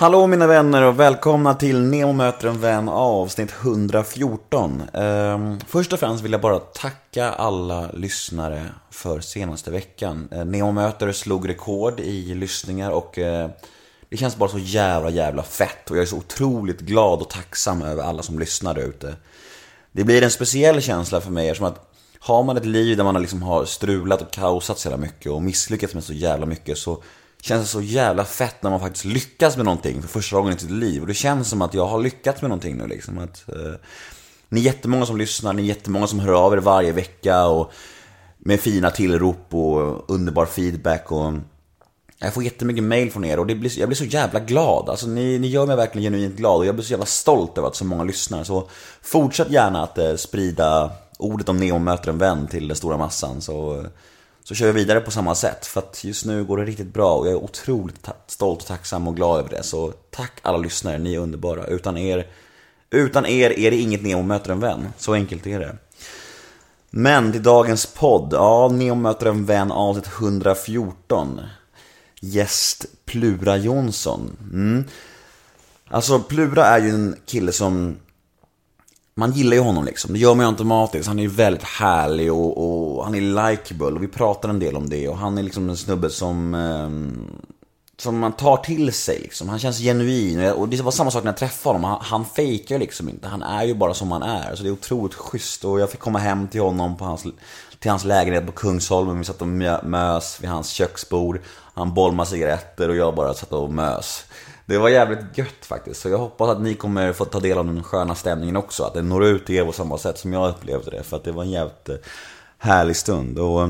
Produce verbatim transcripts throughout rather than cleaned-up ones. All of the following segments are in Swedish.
Hallå mina vänner och välkomna till Nemo möter en vän avsnitt hundrafjorton. ehm, Först och främst vill jag bara tacka alla lyssnare för senaste veckan. ehm, Nemo möter slog rekord i lyssningar och eh, det känns bara så jävla jävla fett. Och jag är så otroligt glad och tacksam över alla som lyssnar där ute. Det blir en speciell känsla för mig eftersom att har man ett liv där man liksom har strulat och kaosat så jävla mycket och misslyckats med så jävla mycket, så känns det så jävla fett när man faktiskt lyckas med någonting för första gången i sitt liv. Och det känns som att jag har lyckats med någonting nu liksom. Att, eh, ni är jättemånga som lyssnar, ni är jättemånga som hör av er varje vecka och med fina tillrop och underbar feedback. Och jag får jättemycket mail från er och det blir, jag blir så jävla glad. Alltså ni, ni gör mig verkligen genuint glad och jag blir så jävla stolt över att så många lyssnar. Så fortsätt gärna att eh, sprida ordet om Nemo möter en vän till den stora massan. Så... Så kör jag vidare på samma sätt. För att just nu går det riktigt bra. Och jag är otroligt ta- stolt och tacksam och glad över det. Så tack alla lyssnare, ni är underbara. Utan er, utan er är det inget Nemo möter en vän. Så enkelt är det. Men till dagens podd. Ja, Nemo möter en vän avsnitt hundrafjorton. Gäst Plura Jonsson. mm. Alltså Plura är ju en kille som... Man gillar ju honom liksom, det gör man ju automatiskt. Han är ju väldigt härlig och, och han är likeable. Och vi pratar en del om det. Och han är liksom en snubbe som eh, Som man tar till sig liksom. Han känns genuin. Och det var samma sak när jag träffade honom. Han, han fejkar liksom inte, han är ju bara som han är. Så det är otroligt schysst. Och jag fick komma hem till honom på hans, till hans lägenhet på Kungsholmen. Vi satt och mös vid hans köksbord. Han bollmade cigaretter och jag bara satt och mös. Det var jävligt gött faktiskt. Så jag hoppas att ni kommer få ta del av den sköna stämningen också. Att det når ut till er på samma sätt som jag upplevde det. För att det var en jävligt härlig stund. Och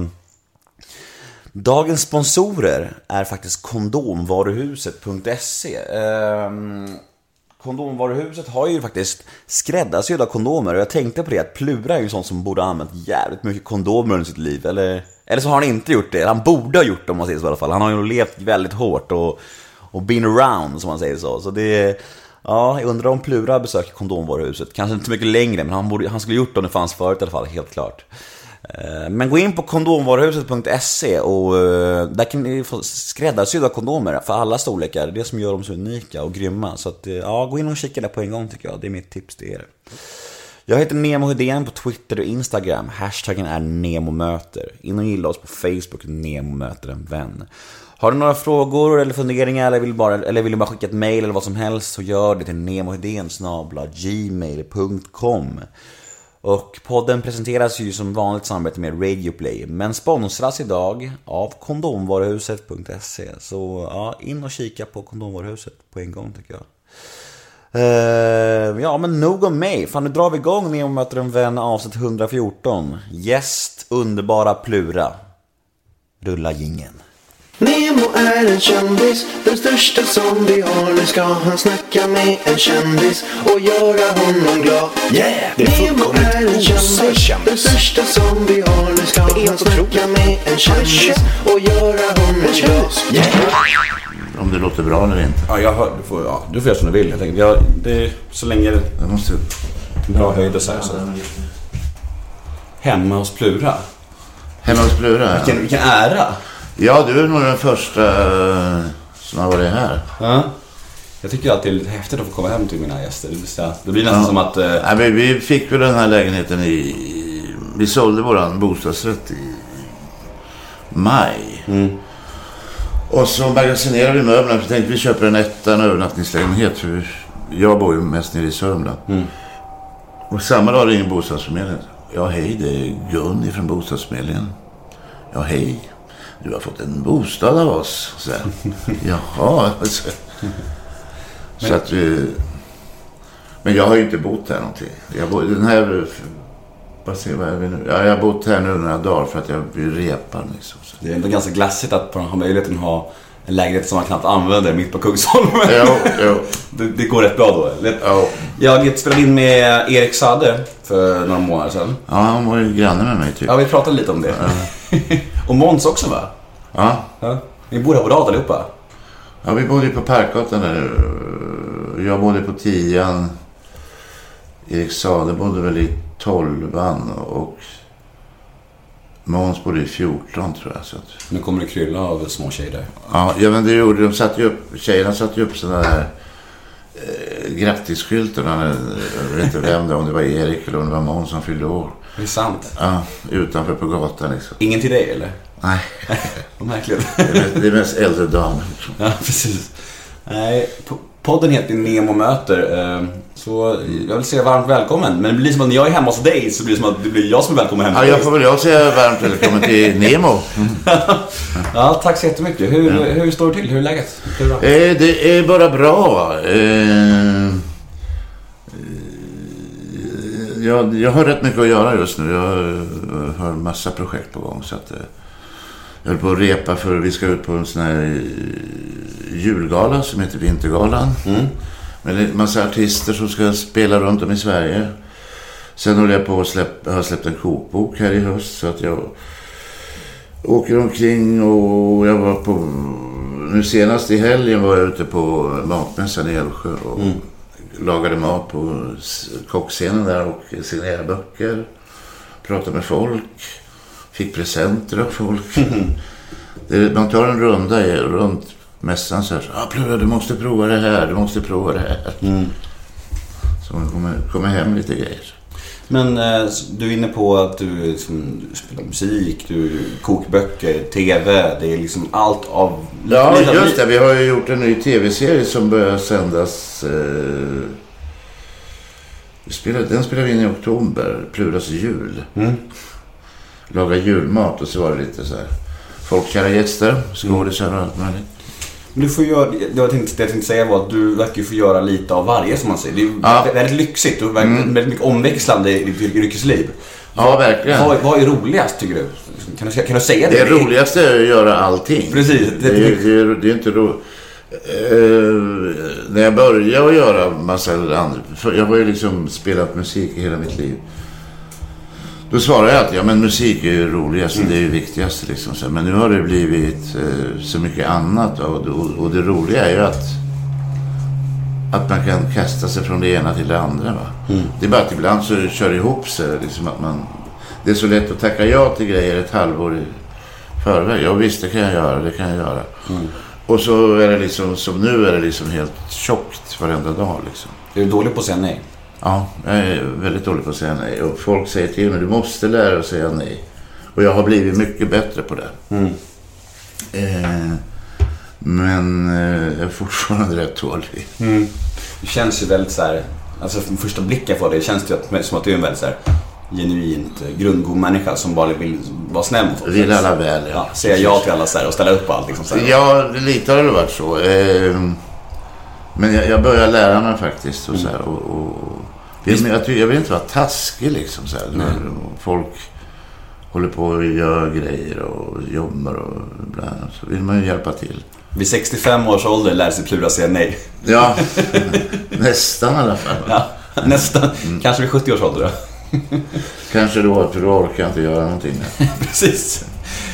dagens sponsorer är faktiskt kondomvaruhuset punkt se. ehm, Kondomvaruhuset har ju faktiskt skräddarsydda kondomer. Och jag tänkte på det att Plura är ju en sån som borde ha använt jävligt mycket kondomer under sitt liv. Eller, eller så har han inte gjort det. Han borde ha gjort det om man säger så i alla fall. Han har ju levt väldigt hårt och Och been around som man säger så. Så det, ja, jag undrar om Plura besöker kondomvaruhuset. Kanske inte så mycket längre, men han, borde, han skulle gjort det om det fanns förut i alla fall, helt klart. Men gå in på kondomvaruhuset punkt se och där kan ni få skräddarsydda kondomer för alla storlekar. Det är det som gör dem så unika och grymma. Så att, ja, gå in och kika där på en gång tycker jag. Det är mitt tips till er. Jag heter Nemo Hedén på Twitter och Instagram. Hashtaggen är NEMOMÖTER. In och gilla oss på Facebook, Nemo möter en vän. Har du några frågor eller funderingar eller vill, bara, eller vill du bara skicka ett mail eller vad som helst, så gör det till nemohedén snabel-a gmail punkt com. Och podden presenteras ju som vanligt samarbete med Radioplay, men sponsras idag av kondomvaruhuset punkt se. Så ja, in och kika på kondomvaruhuset på en gång tycker jag. Uh, ja, men nog om mig. Fan, nu drar vi igång med att möta en vän avsnitt hundrafjorton. Gäst, underbara Plura. Rulla jingeln. Nemo är en kändis, den största som vi har. Nu ska han snacka med en kändis och göra honom glad. Yeah, det är Nemo är en kändis, den största som vi har. Nu ska han snacka med en kändis och göra honom glad. Yeah. Om det låter bra eller inte. Ja, jag hör, du får, ja, du får göra som du vill. Jag tänker, jag, det är så länge det jag måste... bra höjd och så här, så. Hemma hos Plura. Hemma hos Plura, ja. Vilken, vilken ära. Ja, du är nog den första som har varit här. Ja. Jag tycker alltid det är lite häftigt att få komma hem till mina gäster. Det blir nästan ja. som att... Eh... Nej, men vi fick ju den här lägenheten i... Vi sålde våran bostadsrätt i maj. Mm. Och så magasinerade vi möblerna. Så tänkte vi köper en etta, en övernattningslägenhet. För jag bor ju mest nere i Sörmland. Mm. Och samma dag ringde bostadsförmedlingen. Ja, hej, det är Gun från bostadsförmedlingen. Ja, hej. Du har fått en bostad av oss. Så, jaha. Så, så att vi... Men jag har ju inte bott här någonting. Jag bor, den här... Vad ser vad är vi nu? Ja, jag har bott här nu några dagar för att jag blir repad. Liksom, så. Det är ändå ganska glassigt att ha möjligheten att ha en lägenhet som man knappt använder mitt på Kungsholmen. Jo, jo. Det, det går rätt bra då. Jo. Jag spelade in med Erik Sade för några månader sedan. Ja, han var ju granne med mig typ. Ja, vi pratade lite om det. Ja. Och Måns också, va? Ja. Ja. Ni bor här på rad allihopa? Ja, vi bodde på Parkgatan där. Jag bodde på tian. Erik Sade bodde väl i tolvan. Och Måns bodde i fjorton tror jag. Så att... Nu kommer det krylla av små tjejer där. Ja, ja men det gjorde de. Satt ju upp, tjejerna satte ju upp sådana här eh, grattisskyltarna. Jag vet inte vem det, om det var Erik eller om det var Måns som fyllde år. Det är sant. Ja, utanför på gatan liksom. Ingen till dig eller? Nej. Vad märkligt. Det är, det är mest äldre damer. Liksom. Ja, precis. Nej, podden heter Nemo möter. Så jag vill säga varmt välkommen. Men det blir som att när jag är hemma hos dig så blir det som att det blir jag som är välkommen hem. Ja, jag får väl jag säga varmt välkommen till Nemo. Mm. Ja, tack så jättemycket. Hur, ja. hur står det till? Hur är läget? Hur är det? Eh, det är bara bra. Eh, jag, jag har rätt mycket att göra just nu. Jag har massa projekt på gång. Så att, eh, jag håller på att repa för vi ska ut på en sån här julgala som heter Vintergalan. Mm. Med en massa artister som ska spela runt om i Sverige. Sen håller jag på att släpp, har släppt en kokbok här i höst. Så att jag åker omkring och jag var på... Nu senast i helgen var jag ute på matmässan i Älvsjö och mm. lagade mat på kockscenen där och signerade böcker. Pratade med folk. Fick presenter av folk. Mm. Det, man tar en runda i, runt mässan så här. Ja, Plura, du måste prova det här. Du måste prova det här. Mm. Så man kommer, kommer hem lite grejer. Men eh, du är inne på att du, liksom, du spelar musik, du kokböcker, tv. Det är liksom allt av... Ja, just det. Vi har ju gjort en ny tv-serie som börjar sändas... Eh, spelar, den spelar vi in i oktober. Pluras jul. Mm. Laga julmat och så var det lite så här folkkära gäster, skådisar och allt möjligt. Du får göra, det jag tänkte, det jag tänkte säga var att du verkar få göra lite av varje som man säger. Det är ja. väldigt lyxigt och väldigt, mm. väldigt mycket omväxlande i ditt yrkesliv. Ja, verkligen. Vad, vad är roligast tycker du? Kan du, kan du säga det? Det roligaste är att göra allting. Precis. Det, det, det, är, det är inte roligt. Uh, när jag började att göra massa andra, jag har ju liksom spelat musik i hela mitt liv. Då svarar jag alltid, ja men musik är ju roligast, mm. det är ju viktigast liksom. Men nu har det blivit eh, så mycket annat och, och, och det roliga är ju att att man kan kasta sig från det ena till det andra. Va? Mm. Det är bara att ibland så kör det ihop sig liksom att man, det är så lätt att tacka ja till grejer ett halvår i förväg. Ja visst, det kan jag göra, det kan jag göra. Mm. Och så är det liksom, som nu är det liksom helt tjockt varenda dag liksom. Är du dålig på att säga nej? Ja, jag är väldigt dålig på att säga nej. Och folk säger till mig, du måste lära dig att säga nej. Och jag har blivit mycket bättre på det. Mm. Eh, men eh, jag är fortfarande rätt dålig. Mm. Det känns ju väldigt så här, alltså från första blicken för det känns det ju som att du är en väldigt så här genuint grundgod människa som bara vill vara snäll mot folk. Vill alla väl, ja. ja säga ja till alla så här och ställa upp på allt liksom så här. Ja, lite har det varit så. Eh, men jag, jag börjar lära mig faktiskt och så här, och, och jag, jag, jag vill inte vara taskig liksom så här. Folk håller på och gör grejer och jobbar och ibland så vill man ju hjälpa till. Vid sextiofem års ålder lär sig Plura säga nej. Ja, nästan i alla fall. Ja, nästan. Mm. Kanske vid sjuttio års ålder då. Kanske då, för då orkar jag inte göra någonting. Precis.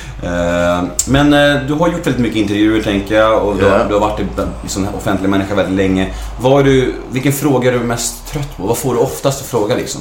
Men du har gjort väldigt mycket intervjuer tänker jag och du, yeah. har, du har varit en sån här offentlig människa väldigt länge. Vad är du, vilken fråga är du mest trött på? Vad får du oftast att fråga liksom?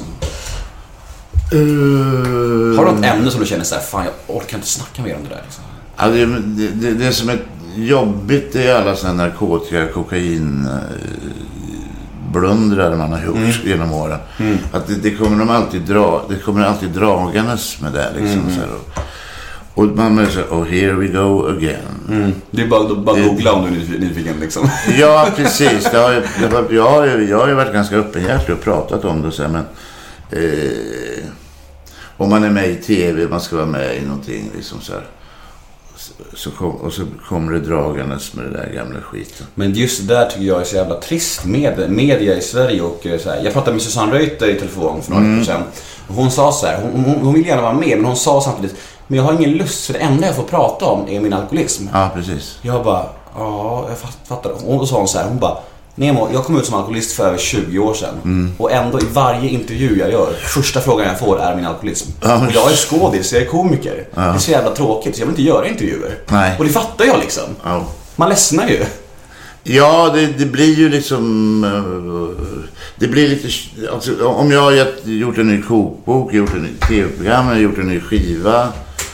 Uh... Har du något ämne som du känner så här, fan jag orkar inte snacka mer om det där liksom? Ja, det, det, det, det som är jobbigt är alla sådana narkotika, kokain blundrar man har gjort mm. genom åren. Mm. Att det, det kommer de alltid dra, det kommer alltid dragandes med det liksom mm. så här, och, och man säger, oh here we go again. Mm. Det är bara, bara det, googla om du är nyfiken liksom. Ja, precis. Det har, det har, jag, har, jag har ju varit ganska öppenhjärtig och pratat om det så här, men eh, om man är med i tv, man ska vara med i någonting liksom så här. Så kom, och så kommer det dragandes med det där gamla skiten. Men just det där tycker jag är så jävla trist med media i Sverige och så här. Jag pratade med Susanne Reuter i telefon för några mm. år sedan. Och hon sa så här, hon, hon, hon vill gärna vara med, men hon sa samtidigt, men jag har ingen lust för det enda jag får prata om är min alkoholism. Ja, precis. Jag bara, ja, jag fattar. Och då sa hon så här, hon bara, Nemo, jag kom ut som alkoholist för över tjugo år sedan. Mm. Och ändå i varje intervju jag gör, första frågan jag får är min alkoholism. Ja, och jag är skådis, jag är komiker. Ja. Det är så jävla tråkigt, så jag vill inte göra intervjuer. Nej. Och det fattar jag liksom. Ja. Man ledsnar ju. Ja, det, det blir ju liksom... Det blir lite... Alltså, om jag har gjort en ny kokbok, gjort en ny tv-program, gjort en ny skiva,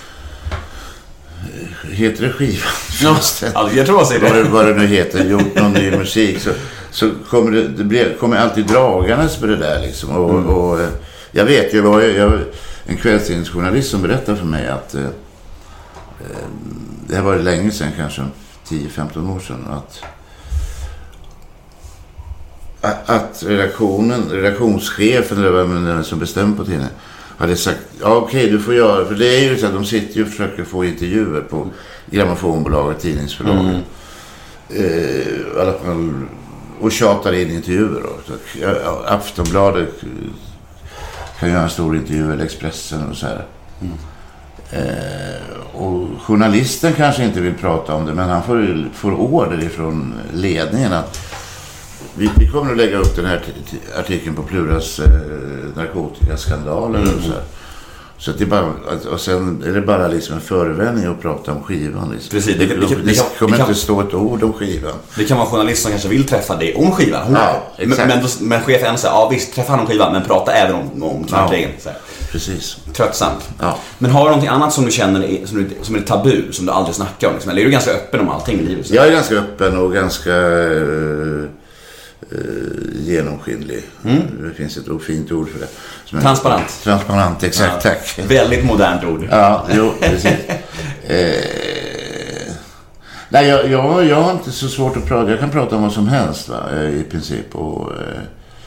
heter det skivan? Ja, jag tror jag säger det. Vad det, vad det nu heter, gjort någon ny musik så, så kommer det, det blir, kommer alltid dragandes på det där liksom. Och, mm. och jag vet ju, var jag, jag, en kvällstidningsjournalist som berättade för mig att eh, det här var det länge sedan, kanske tio femton år sedan, att att redaktionen, redaktionschefen eller vem som bestämmer på tidningen hade sagt, ja okej okay, du får göra, för det är ju så att de sitter ju och försöker få intervjuer på grammofonbolag och tidningsförlag. Mm. Eh, i alla fall, och tjatar in intervjuer då. Så, ja, Aftonbladet kan göra en stor intervju, eller Expressen och så här. Mm. Eh, och journalisten kanske inte vill prata om det, men han får, får order ifrån ledningen att Vi, vi kommer att lägga upp den här t- artikeln på Pluras eh, narkotikaskandaler mm. och så här. Så att det är bara, och sen är det bara liksom en förevändning att prata om skivan. Liksom. Precis, det, det, det, det, det kan, kommer det kan, inte stå ett ord om skivan. Det kan vara journalist som kanske vill träffa dig om skivan. Ja, men, men, men chefen säger, ja visst, träffa han om skivan, men prata även om, om knarkregeln. Ja, precis. Tröttsamt. Ja. Men har du någonting annat som du känner är, som, du, som är tabu, som du aldrig snackar om? Liksom? Eller är du ganska öppen om allting i livet? Så? Jag är ganska öppen och ganska... Uh, Uh, genomskinlig. Mm. Det finns ett fint ord för det. Som transparent. Är, transparent, exakt, ja, tack. Väldigt modernt ord. Ja, jo, precis. eh, nej, jag, jag, jag har inte så svårt att prata. Jag kan prata om vad som helst, va, i princip. Och, eh,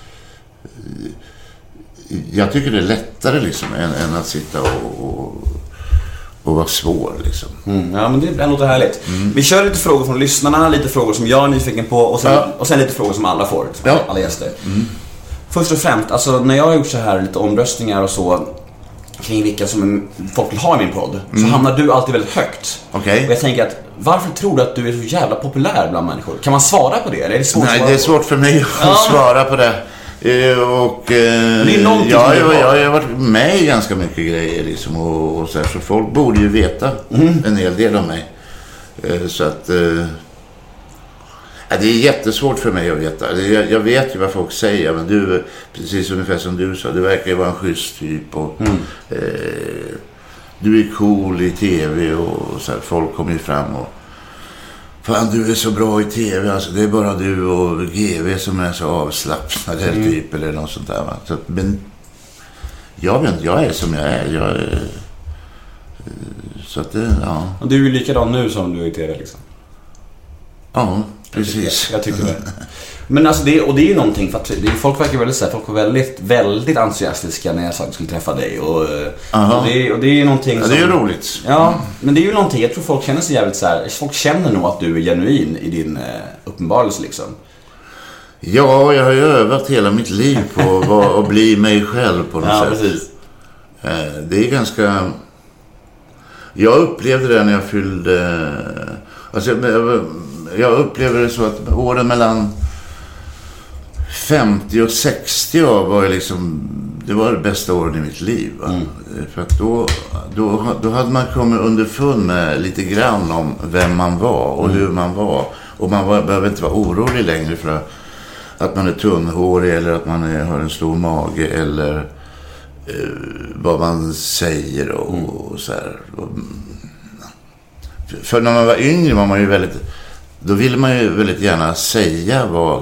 jag tycker det är lättare liksom, än, än att sitta och, och och vara svår liksom. Mm, ja, men det låter härligt. Mm. Vi kör lite frågor från lyssnarna, lite frågor som jag är nyfiken på och sen, ja. och sen lite frågor som alla får, som ja. alla gäster. Mm. Först och främst, alltså när jag har gjort så här lite omröstningar och så kring vilka som folk vill ha i min podd, mm. så hamnar du alltid väldigt högt. Okay. Och jag tänker att, varför tror du att du är så jävla populär bland människor? Kan man svara på det? Eller är det svårt Nej, att det är svårt för mig att ja. svara på det. Och eh, ja, jag, jag, jag har varit med i ganska mycket grejer liksom, och, och så, här, så folk borde ju veta mm. en hel del om mig. Eh, så att eh, ja, det är jättesvårt för mig att veta. Jag, jag vet ju vad folk säger, men du, precis ungefär som du sa, du verkar ju vara en schysst typ och mm. eh, du är cool i tv och, och så här, folk kommer ju fram och fan, du är så bra i tv, alltså det är bara du och G V som är så avslappnade mm. typ eller något sånt där, va? Så, men jag vet inte, jag är som jag är, jag är så att det, ja. Och du är likadan nu som du är i tv liksom. Ja, precis. Jag tycker, jag tycker det. Men alltså det, och det är ju någonting för att det, folk verkar väldigt så här, folk var väldigt väldigt entusiastiska när jag sa att jag skulle träffa dig och, och det och det är ju någonting som, ja, det är ju roligt. Ja, men det är ju någonting, jag tror folk känner sig jävligt så här, folk känner nog att du är genuin i din eh, uppenbarelse liksom. Ja, jag har ju övat hela mitt liv på att, att bli mig själv på något ja, sätt. Precis. Eh, det är ganska, jag upplevde det när jag fyllde, alltså jag, jag upplevde det så att åren mellan femtio och sextio var jag liksom, det var det bästa året i mitt liv, va? Mm. För att då, då, då hade man kommit underfund med lite grann om vem man var och mm. hur man var, och man var, behöver inte vara orolig längre för att man är tunnhårig eller att man är, har en stor mage eller eh, vad man säger och, mm. och så här. För när man var yngre var man ju väldigt, då ville man ju väldigt gärna säga vad,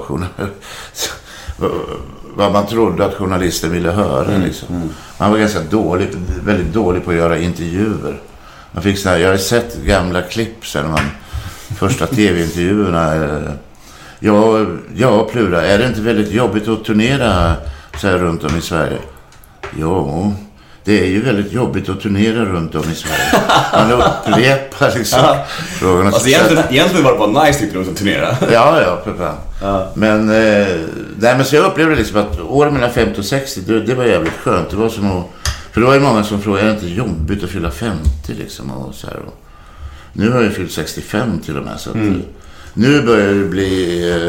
vad man trodde att journalisten ville höra. Mm, liksom. mm. Man var ganska dålig, väldigt dålig på att göra intervjuer. Man fick såna här, jag har sett gamla klipp sen man första tv-intervjuerna. Ja, ja, Plura, är det inte väldigt jobbigt att turnera så här runt om i Sverige? Ja, det är ju väldigt jobbigt att turnera runt om i Sverige. Man upprepar liksom frågorna. Alltså egentligen, egentligen var det bara nice tyckte du att turnera. Ja, ja, för fan. Ja. Men, eh, nej, men så jag upplevde liksom att åren mellan femtio och sextio, det, det var jävligt skönt. Det var som att, för det var ju många som frågade, är det inte jobbigt att fylla femtio liksom och så här. Och nu har jag fyllt sextiofem till och med, så att, mm. nu börjar det bli eh,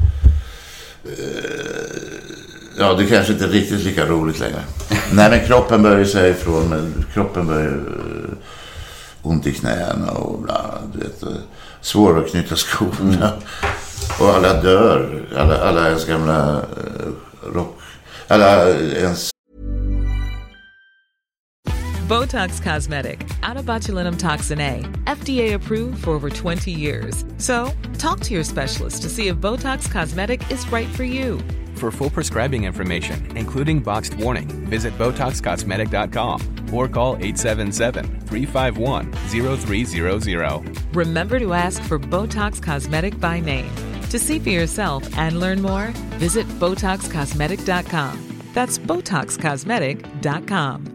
eh, ja, det kanske inte är riktigt lika roligt längre. Nej, men kroppen börjar ju säga ifrån, men kroppen börjar ju uh, ont i knäna och bla, du vet, uh, svår att knyta skorna. Mm. Och alla dör, alla, alla ens gamla uh, rock, alla ens. Botox Cosmetic, out of botulinum toxin A, F D A approved for over twenty years. So, talk to your specialist to see if Botox Cosmetic is right for you. For full prescribing information, including boxed warning, visit Botox Cosmetic dot com or call eight seven seven, three five one, zero three zero zero. Remember to ask for Botox Cosmetic by name. To see for yourself and learn more, visit Botox Cosmetic dot com. That's Botox Cosmetic dot com.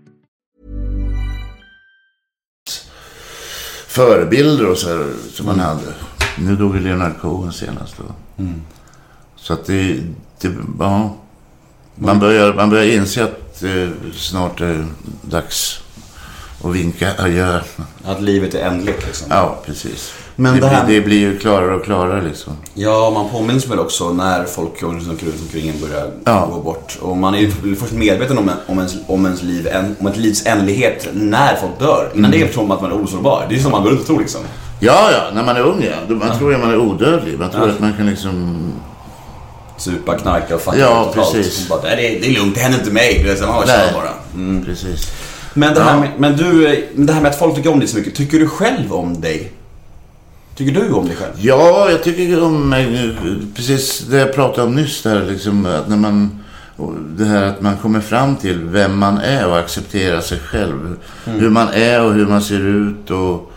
Förebilder och så här, som man hade. Nu dog ju Leonard Cohen senast då. Mm. Så att det, det ja, man börjar, man börjar inse att det snart är dags att vinka adjö. Att livet är ändligt liksom. Ja, precis. Men det, det, här... blir, det blir ju klarare och klarare liksom. Ja, man påminns väl också när folk runt omkring börjar ja. gå bort. Och man är ju först medveten om, om, ens, om, ens liv, om ett livs ändlighet när folk dör. Innan mm. det är som att man är osårbar. Det är som man går runt och tror liksom. Ja, ja, när man är ung, ja. Man ja. tror att man är odödlig. Man tror ja. att man kan liksom... Supa, knarka och fatta ja, precis. Bara, det, är, det är lugnt, det händer inte mig. Det är man Nej, bara. Mm. precis. Men det, här med, men du, det här med att folk tycker om dig så mycket. Tycker du själv om dig? Tycker du om dig själv? Ja, jag tycker om mig. Precis det jag pratade om nyss där, liksom, att när man, det här att man kommer fram till vem man är och accepterar sig själv. Mm. Hur man är och hur man ser ut. Och,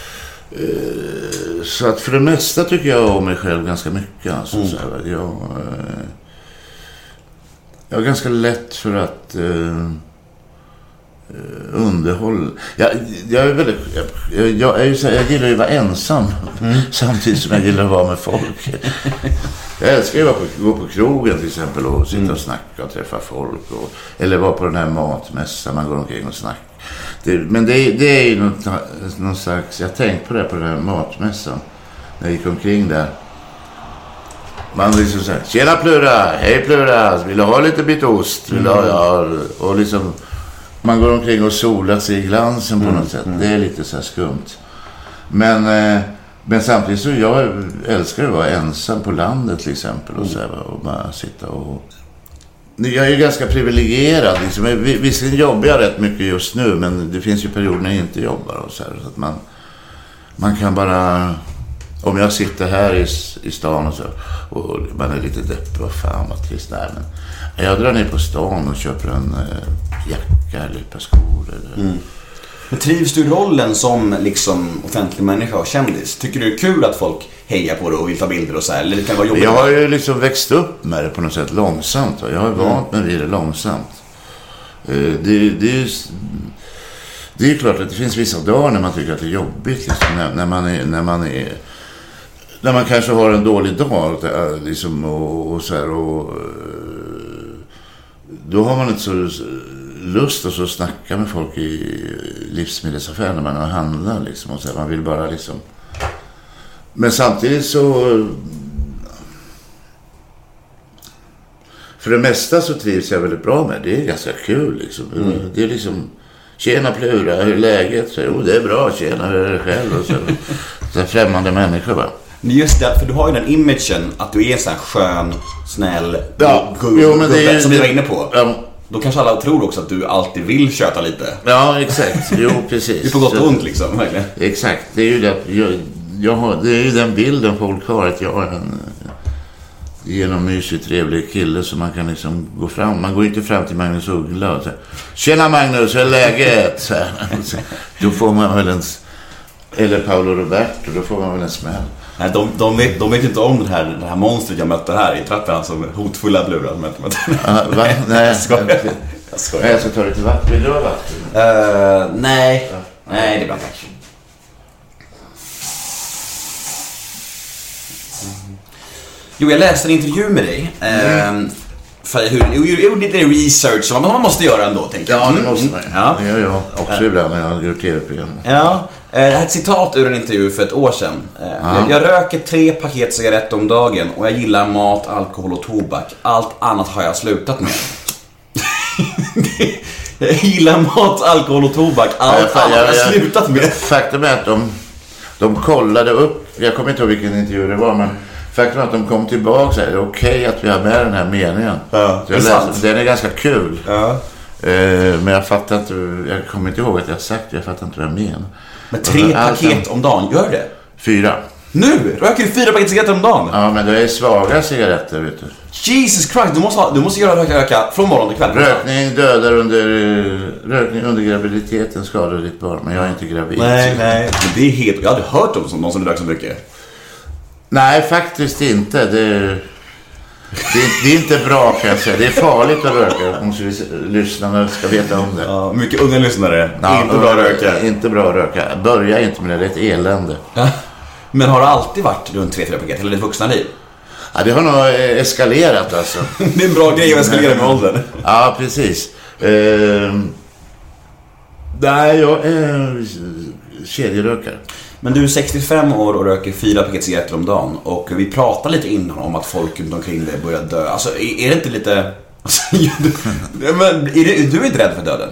eh, så att för det mesta tycker jag om mig själv ganska mycket. Alltså, mm. så här, jag, eh, jag är ganska lätt för att... Eh, underhåll. Jag, jag är väldigt jag, jag, är ju så, jag gillar ju att vara ensam mm. samtidigt som jag gillar att vara med folk. Jag älskar ju att gå på krogen till exempel och sitta mm. och snacka och träffa folk och, eller vara på den här matmässan, man går omkring och snackar. Det, men det, det är ju något, någon slags, jag tänkte på det på den här matmässan när jag gick omkring där. Man liksom säger, tjena Plura, hej Plura, vill du ha lite bit ost? Vill du ha, ja, och liksom man går omkring och solar sig i glansen på mm, något sätt. Mm. Det är lite så här skumt. Men, eh, men samtidigt så jag älskar att vara ensam på landet till exempel. Och, så här, och bara sitta och... Jag är ju ganska privilegierad. Liksom. Visserligen jobbar jag rätt mycket just nu. Men det finns ju perioder när jag inte jobbar. Och så här, så att man, man kan bara... Om jag sitter här i, i stan och så och man är lite deppig, vad fan vad trist där, men jag drar ner på stan och köper en eh, jacka eller ett par skor eller... Mm. Men trivs du i rollen som liksom offentlig människa och kändis? Tycker du det är kul att folk hejar på det och vill ta bilder och så här? Eller det kan vara jobbigt? Jag har ju liksom växt upp med det på något sätt långsamt. Va? Jag har vant mig vid det långsamt. Eh, det, det är ju... Det är klart att det finns vissa dagar när man tycker att det är jobbigt liksom, när, när man är... När man är När man kanske har en dålig dag liksom, och, och så här, och då har man inte så lust att så snacka med folk i livsmedelsaffärer när man handlar liksom, och så här, man vill bara liksom. Men samtidigt så för det mesta så trivs jag väldigt bra med. Det är ganska kul liksom. Mm. Det är liksom tjena Plura, hur är läget? Så, jo, det är bra, tjena, hur är det själv? Och så, så främmande människor bara. Men just det, för du har ju den imagen att du är så här skön, snäll, ja, gubbe, jo, men det är, som vi var inne på. Ja. Då kanske alla tror också att du alltid vill köta lite. Ja, exakt. Jo, precis. Det är på gott och ont liksom, verkligen. Exakt. Det är ju det, jag, jag har, det är ju den bilden folk har att jag är en genommysig, trevlig kille som man kan liksom gå fram. Man går inte fram till Magnus Uggla och säger tjena Magnus, hur är läget? Så här. Då får man väl en... Eller Paolo Roberto, då får man väl en smäll. Nej, de, de, vet, de vet inte om den här, den här monstret jag mötte här i trappan som hotfulla blurar. Ah, va? Nej, jag skojar. Jag skojar. Nej, jag ska ta det till vatten. Vill du ha vatten? Uh, nej. Ja. Nej, det är bra. Mm. Jo, jag läste en intervju med dig. Mm. Uh, för hur, jag gjorde lite research som man måste göra ändå, tänker jag. Ja, det måste man. Ja. Det gör jag också ibland när jag gör tv-program. Ja. Det här är ett citat ur en intervju för ett år sedan. Jag, jag röker tre paket cigaretter om dagen och jag gillar mat, alkohol och tobak. Allt annat har jag slutat med. Jag gillar mat, alkohol och tobak. Allt ja, annat har jag, jag slutat med. Faktum är att de, de kollade upp, jag kommer inte ihåg vilken intervju det var, men faktum är att de kom tillbaka och sa, är det okej att vi har med den här meningen? Ja, så jag läste, den är ganska kul. Ja. Eh, men jag fattar inte, jag kommer inte ihåg att jag har sagt det, jag fattar inte vad jag menar. Men tre alltså, paket om dagen, gör det? Fyra. Nu? Röker du fyra paket cigaretter om dagen? Ja, men det är svaga cigaretter, vet du. Jesus Christ, du måste, ha, du måste göra röka, röka från morgon till kväll. Rökning dödar under, rökning under graviditeten skadar ditt barn, men jag är inte gravid. Nej, nej. Men det är helt, jag hade hört om som någon som röker så mycket. Nej, faktiskt inte. Det, det, det är inte bra, kan jag säga. Det är farligt att röka, om lyssnarna ska veta om det. Ja, mycket unga lyssnare. Ja, inte bra att röka. Inte bra att röka. Börja inte med det, det är ett elände. Ja. Men har det alltid varit runt tre fyra paket, eller ditt vuxna liv? Ja, det har nog eskalerat alltså. Det är en bra grej att eskalera med åldern. Ja, precis. Uh, nej, jag är kedjerökare. Men du är sextiofem år och röker fyra paket cigaretter om dagen. Och vi pratar lite innan om att folk runt omkring dig börjar dö. Alltså, är, är det inte lite... Alltså, men är, det, är du inte rädd för döden?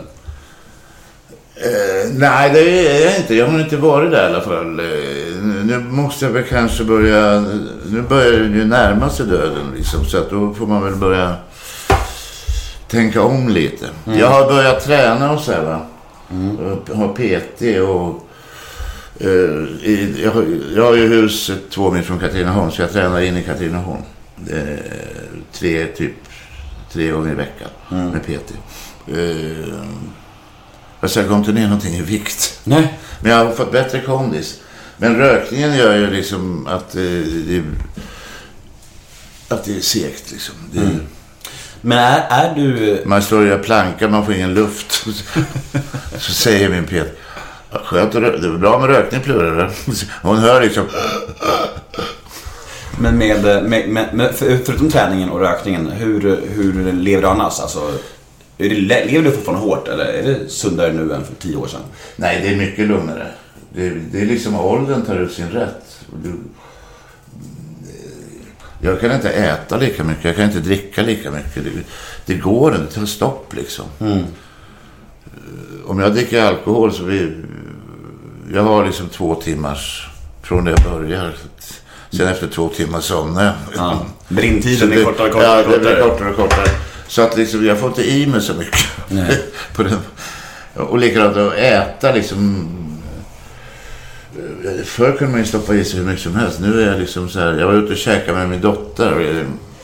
Uh, nej, det är jag inte. Jag har inte varit där i alla fall. Uh, nu måste jag väl kanske börja... Nu börjar det ju närma sig döden liksom, så att då får man väl börja tänka om lite. Mm. Jag har börjat träna och så här, va? Mm. Jag har P T och... Uh, i, jag, har, jag har ju huset två mil från Katrineholm, så jag tränar in i Katrineholm. Uh, tre, typ, tre gånger i veckan mm. med P T. Uh, Alltså jag kom inte ner någonting i vikt. Nej. Men jag har fått bättre kondis. Men rökningen gör ju liksom att eh, det, att det är segt liksom. Det, mm. Men är, är du... Man står och gör planka, man får ingen luft. Så säger min Peter: skönt att rö- det är bra med rökning, plurar. Hon hör liksom... Men med, med, med, med förutom träningen och rökningen, hur, hur lever du annars? Alltså... Är det, lever du fortfarande hårt, eller är det sundare nu än för tio år sedan? Nej, det är mycket lugnare. Det, det är liksom åldern tar ut sin rätt. Du, jag kan inte äta lika mycket, jag kan inte dricka lika mycket. Det, det går inte, det tar stopp liksom. Mm. Om jag dricker alkohol så vi, jag har liksom två timmars från det jag börjar. Sen efter två timmar somnar jag. Ja. Brintiden är kortare och kortare. Ja, det blir kortare och kortare. Så att liksom, jag får inte i mig så mycket. Nej. På den. Och likadant att äta liksom. Förr kunde man ju stoppa i sig hur mycket som helst. Nu är jag liksom så här. Jag var ute och käkade med min dotter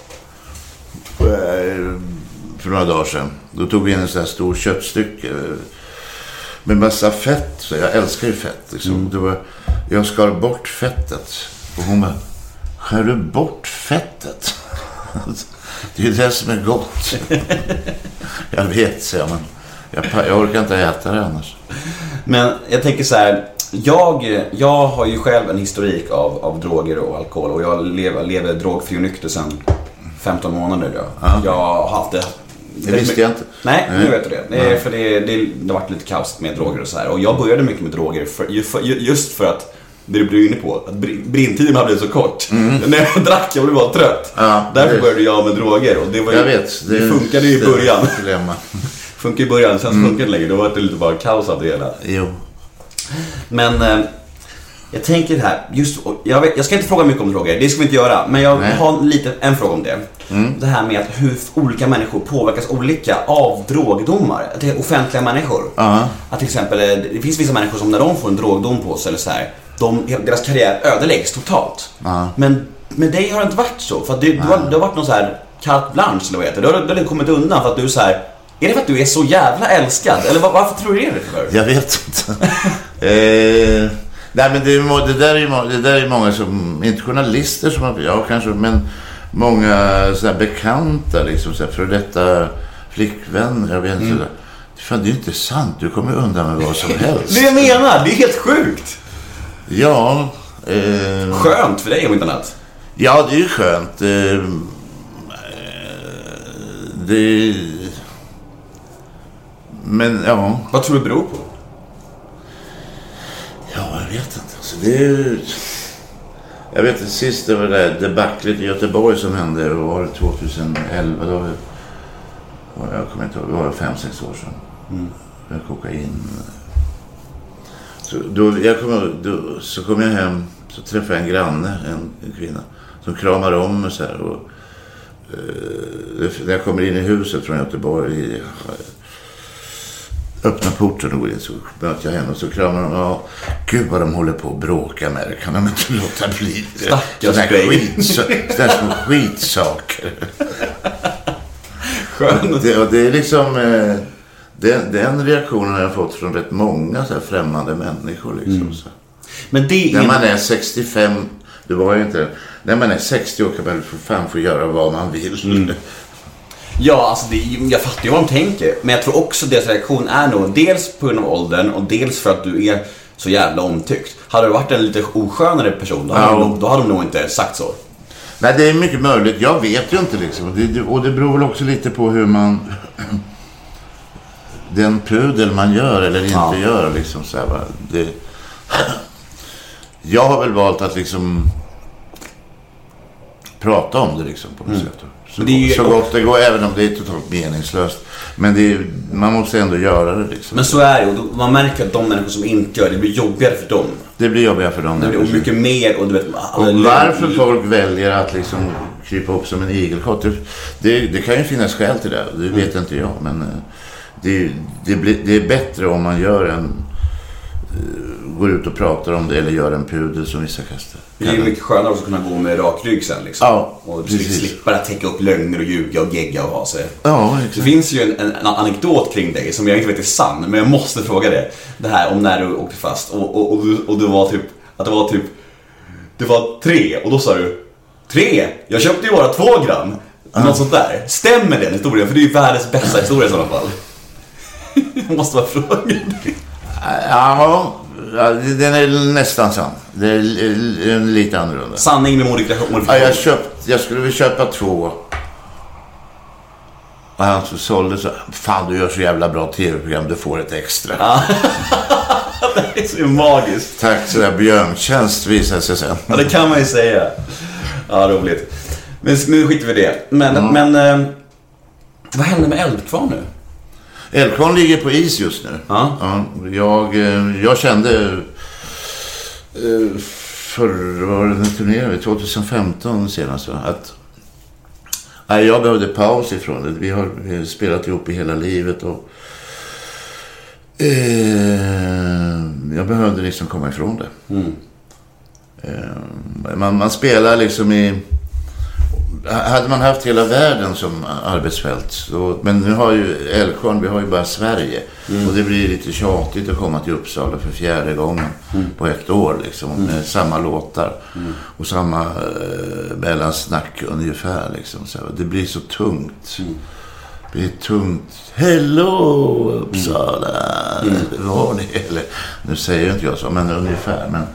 för några dagar sedan. Då tog vi in en sån här stor köttstycke med massa fett. Så jag älskar ju fett liksom. Mm. Det var, jag skar bort fettet. Och hon bara: skär du bort fettet? Det är ju det som är gott. Jag vet, säger man. Jag, jag orkar inte äta det annars. Men jag tänker så här. Jag, jag har ju själv en historik av, av droger och alkohol. Och jag lever, lever drogfri och nykter sedan femton månader då. Ja. Jag har haft det. Det visste jag inte. Nej, nu vet du det. Det, är, för det, det, det har varit lite kaos med droger och så här. Och jag började mycket med droger för, för, just för att det du blir inne på, att brintiden hade blivit så kort. Mm. När jag drack, jag blev bara trött. Ja, därför började jag med droger. Och det var ju, jag vet. Det, det funkade ju i början. Det funkade i början, sen mm. funkade det längre. Då var det lite bara kaos av det hela. Jo. Men eh, jag tänker det här. Just, jag, vet, jag ska inte fråga mycket om droger, det ska vi inte göra. Men jag Nej. har lite, en fråga om det. Mm. Det här med att hur olika människor påverkas olika av drogdomar. Att det är offentliga människor. Uh-huh. Att till exempel, det finns vissa människor som när de får en drogdom på sig eller så här, de, deras karriär ödeläggs totalt. Uh-huh. Men med dig har det inte varit så. För att det, uh-huh. du, har, du har varit någon så här carte blanche eller vad heter det. Du har, du har kommit undan för att du är så här. Är det för att du är så jävla älskad? Eller var, varför tror du det är det för? Jag vet inte. eh, nej men det, det, där är, det där är många som, inte journalister som har, ja kanske, men många så här bekanta liksom, så här, för detta flickvänner, jag vet inte. Mm. Fan, det är inte sant, du kommer undan med vad som helst. Det jag menar, det är helt sjukt. Ja. Eh, skönt för dig om inte annat. Ja, det är ju skönt. Eh, det Men ja. Vad tror du beror på? Ja, jag vet inte. Alltså, det är... Jag vet att sist det var det där debaclet i Göteborg som hände. Det var tjugoelva. Då var jag kommer inte ihåg. Det var fem sex år sedan. Mm. Jag kokain. Så då, jag kom, då så kom jag hem. Så träffade jag en granne, en, en kvinna. Som kramar om mig så här. Och, eh, när jag kommer in i huset från Göteborg. öppna porten och går in, så möter jag henne och så kramar de. Ja, gud vad de håller på att bråka med det. Kan de inte låta bli det? Stackars Sådana skit, så, små skitsaker. Skönt. Det, och det är liksom eh, den, den reaktionen har jag fått från rätt många så här, främmande människor liksom, mm. så. Men det är när man är sextiofem, det var ju inte, när man är sextio år kan man för fan få göra vad man vill. Mm. Ja, alltså det, jag fattar ju vad de tänker. Men jag tror också deras reaktion är nog dels på grund av åldern och dels för att du är så jävla omtyckt. Hade du varit en lite oskönare person, då hade, ja. de, då hade de nog inte sagt så. Nej, det är mycket möjligt. Jag vet ju inte liksom. Det, och det beror väl också lite på hur man den pudel man gör eller inte ja. gör liksom så här, det, jag har väl valt att liksom prata om det liksom på något mm. sätt. Så, det är ju, så gott det går, även om det är totalt meningslöst. Men det är, man måste ändå göra det liksom. Men så är det, och man märker att de människor som inte gör det, det blir jobbigare för dem. Det blir jobbigare för dem. Det blir mycket mer. Och, du vet, och varför i... folk väljer att liksom krypa upp som en igelkott, det, det, det kan ju finnas skäl till det. Det vet mm. inte jag, men det, det, blir, det är bättre om man gör en går ut och pratar om det eller gör en pudel som vissa kastar. Det är ju mycket skönare att kunna gå med rak rygg sen liksom. Ja, och slippa att täcka upp lögner och ljuga och gegga och ha sig. Ja, exakt. Det finns ju en, en, en anekdot kring dig som jag inte vet är sann, men jag måste fråga det. Det här om när du åkte fast och, och, och, du, och du var typ att det var typ det var tre och då sa du tre? Jag köpte ju bara två gram. Mm. Något sånt där. Stämmer den historien? För det är ju världens bästa historia i sådana fall. Jag måste bara fråga dig. Ja, den är nästan sann. Det är lite annorlunda. Sanning med modifikation. Ja, jag, köpt, jag skulle väl köpa två. Och han så sålde så. Fan, du gör så jävla bra tv-program. Du får ett extra. Ja. Det är så magiskt. Tack, så där björntjänst visar sig sen. Ja, det kan man ju säga. Ja, roligt. Men nu skiter vi det. Men, mm. men eh, vad händer med Eldkvarn nu? Eldkvarn ligger på is just nu. Ja. Ja, jag, jag kände förra var det en turné tjugohundrafemton senast att nej, jag behövde paus ifrån det. Vi har, vi har spelat ihop i hela livet och eh, jag behövde liksom komma ifrån det. Mm. Eh, man, man spelar liksom i hade man haft hela världen som arbetsfält så, men nu har ju Eldkvarn, vi har ju bara Sverige mm. och det blir lite tjatigt att komma till Uppsala för fjärde gången mm. på ett år liksom mm. med samma låtar mm. och samma eh, mellansnack ungefär liksom så det blir så tungt. Mm. Det blir tungt. Hello Uppsala. Mm. Mm. Var ni eller nu säger inte jag så men ungefär men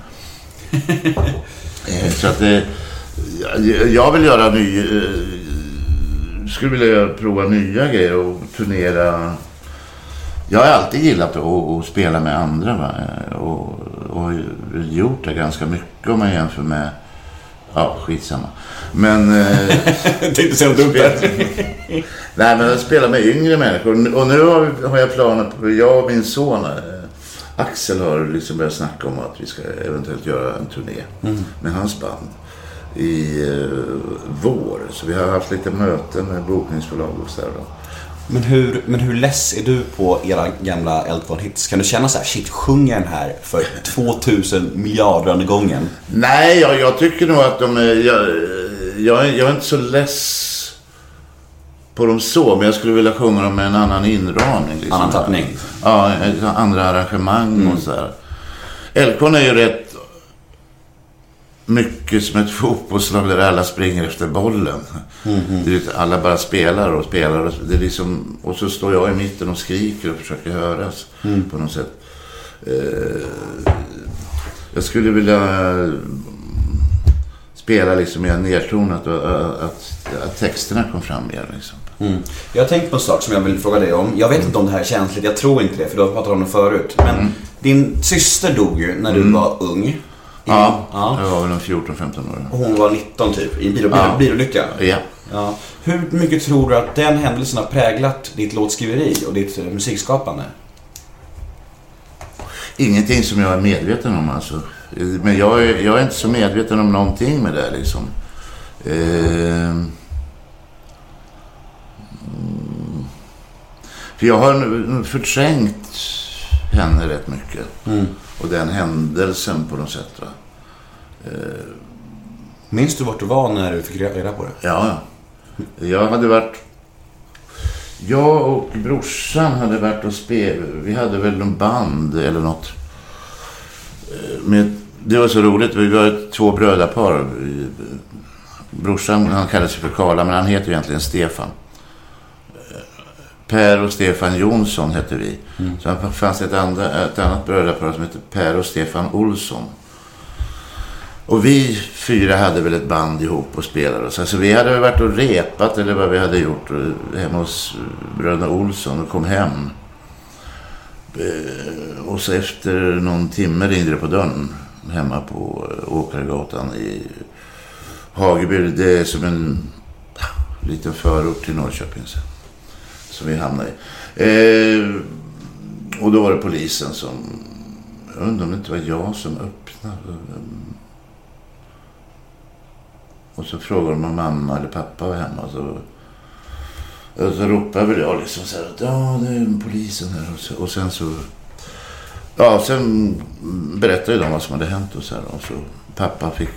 eh, så att det jag vill göra ny skulle vilja prova nya grejer och turnera. Jag har alltid gillat att, att spela med andra va? Och, och gjort det ganska mycket om man jämför med ja, skitsamma. Men tänkte säga dumt där. Nej, men jag spelar med yngre människor och nu har, har jag planer på jag och min son Axel har liksom börjat snacka om att vi ska eventuellt göra en turné mm. med hans band i uh, vår. Så vi har haft lite möten med bokningsbolag och så där då. Men hur, men hur less är du på era gamla Eldkvarn hits? Kan du känna så här, shit, sjunger den här för tvåtusen miljarder gången? Nej, jag, jag tycker nog att de är, jag, jag, jag är inte så less på dem så, men jag skulle vilja sjunga dem med en annan inramning. Liksom. Annan tappning? Ja, andra arrangemang mm. och så där. Eldkvarn är ju rätt mycket som ett fotbollslag där alla springer efter bollen. Mm-hmm. Det är, alla bara spelar och spelar. Och, det är liksom, och så står jag i mitten och skriker och försöker höras mm. på något sätt. Eh, jag skulle vilja spela liksom mer nedtonat och att, att, att texterna kom fram mer liksom. Mm. Jag har tänkt på en sak som jag vill fråga dig om. Jag vet inte om det här är känsligt, jag tror inte det, för du har pratat om det förut. Men mm. din syster dog ju när du mm. var ung. Ja, ja, jag var väl fjorton femton år. Och hon var nitton typ, i bil- bil- ja. bilolycka. Ja. Ja. Hur mycket tror du att den händelsen har präglat ditt låtskriveri och ditt musikskapande? Ingenting som jag är medveten om alltså. Men jag är, jag är inte så medveten om någonting med det liksom. Eh... För jag har nu förträngt henne rätt mycket. Mm. Och den händelsen på något sätt, va? Eh, Minns du vart du var när du fick reda på det? Ja, jag hade varit... Jag och brorsan hade varit och spel. Vi hade väl en band eller något. Med, det var så roligt. Vi var två brödrapar. Brorsan, han kallade sig för Karla, men han heter egentligen Stefan. Per och Stefan Jonsson hette vi. Mm. Så det fanns ett, andra, ett annat brödrapar som hette Per och Stefan Olsson. Och vi fyra hade väl ett band ihop och spelade. Så alltså, vi hade väl varit och repat eller vad vi hade gjort hemma hos bröderna Olsson och kom hem. Och så efter någon timme ringde det på dörren hemma på Åkargatan i Hageby. Det är som en liten förort till Norrköping som vi hamnade i. Eh, och då var det polisen som... Jag undrar om det inte var jag som öppnade. Och så frågade de om mamma eller pappa var hemma. Och så, och så ropade väl jag liksom så här att ja, det är polisen här. Och, så, och sen så... Ja, sen berättade de vad som hade hänt och så här. Och så pappa fick...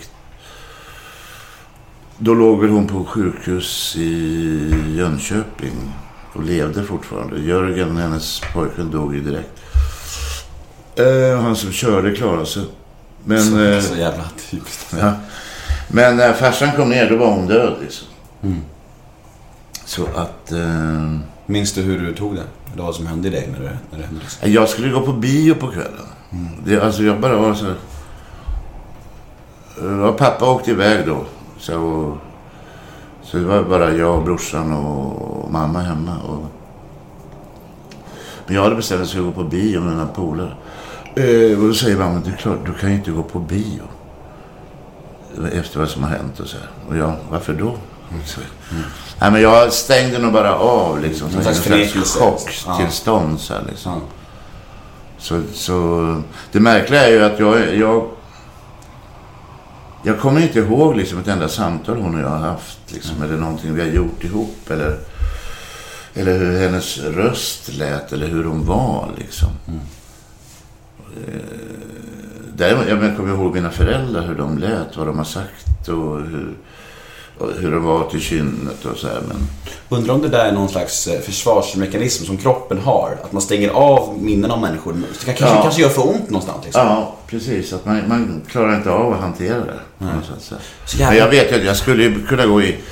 Då låg väl hon på sjukhus i Jönköping och levde fortfarande. Jörgen, hennes pojken, dog ju direkt. Eh, han som körde klarade sig. Men, så, eh, så jävla typiskt. Ja. Men när farsan kom ner, då var hon död liksom. Mm. Så att... Eh, Minns du hur du tog det? Det var som hände i dig när det, när det hände? Liksom. Jag skulle gå på bio på kvällen. Mm. Det, alltså jag bara var så här... Ja, pappa åkte iväg då. Så, så det var bara jag och brorsan och mamma hemma. Och, men jag hade bestämt att jag skulle gå på bio med mina polare. Eh, och då säger mamma, det är klart, du kan ju inte gå på bio. Efter vad som har hänt och så här. Och jag, varför då? Mm. Mm. Nej, men jag stängde nog bara av liksom. Så en slags chocktillstånd så här, liksom. Mm. Så, så det märkliga är ju att jag... jag Jag kommer inte ihåg liksom ett enda samtal hon och jag har haft liksom, mm. eller någonting vi har gjort ihop eller, eller hur hennes röst lät eller hur hon var liksom. Mm. Däremot, jag kommer ihåg mina föräldrar, hur de lät, vad de har sagt och hur, och hur de var till kynnet och så här. Men... Undrar om det där är någon slags försvarsmekanism som kroppen har, att man stänger av minnen av människor. Det kanske, ja. kanske gör för ont någonstans liksom. Ja, precis. Att man, man klarar inte av att hantera det. Mm. Så så jävla... Men jag vet att jag skulle kunna gå i...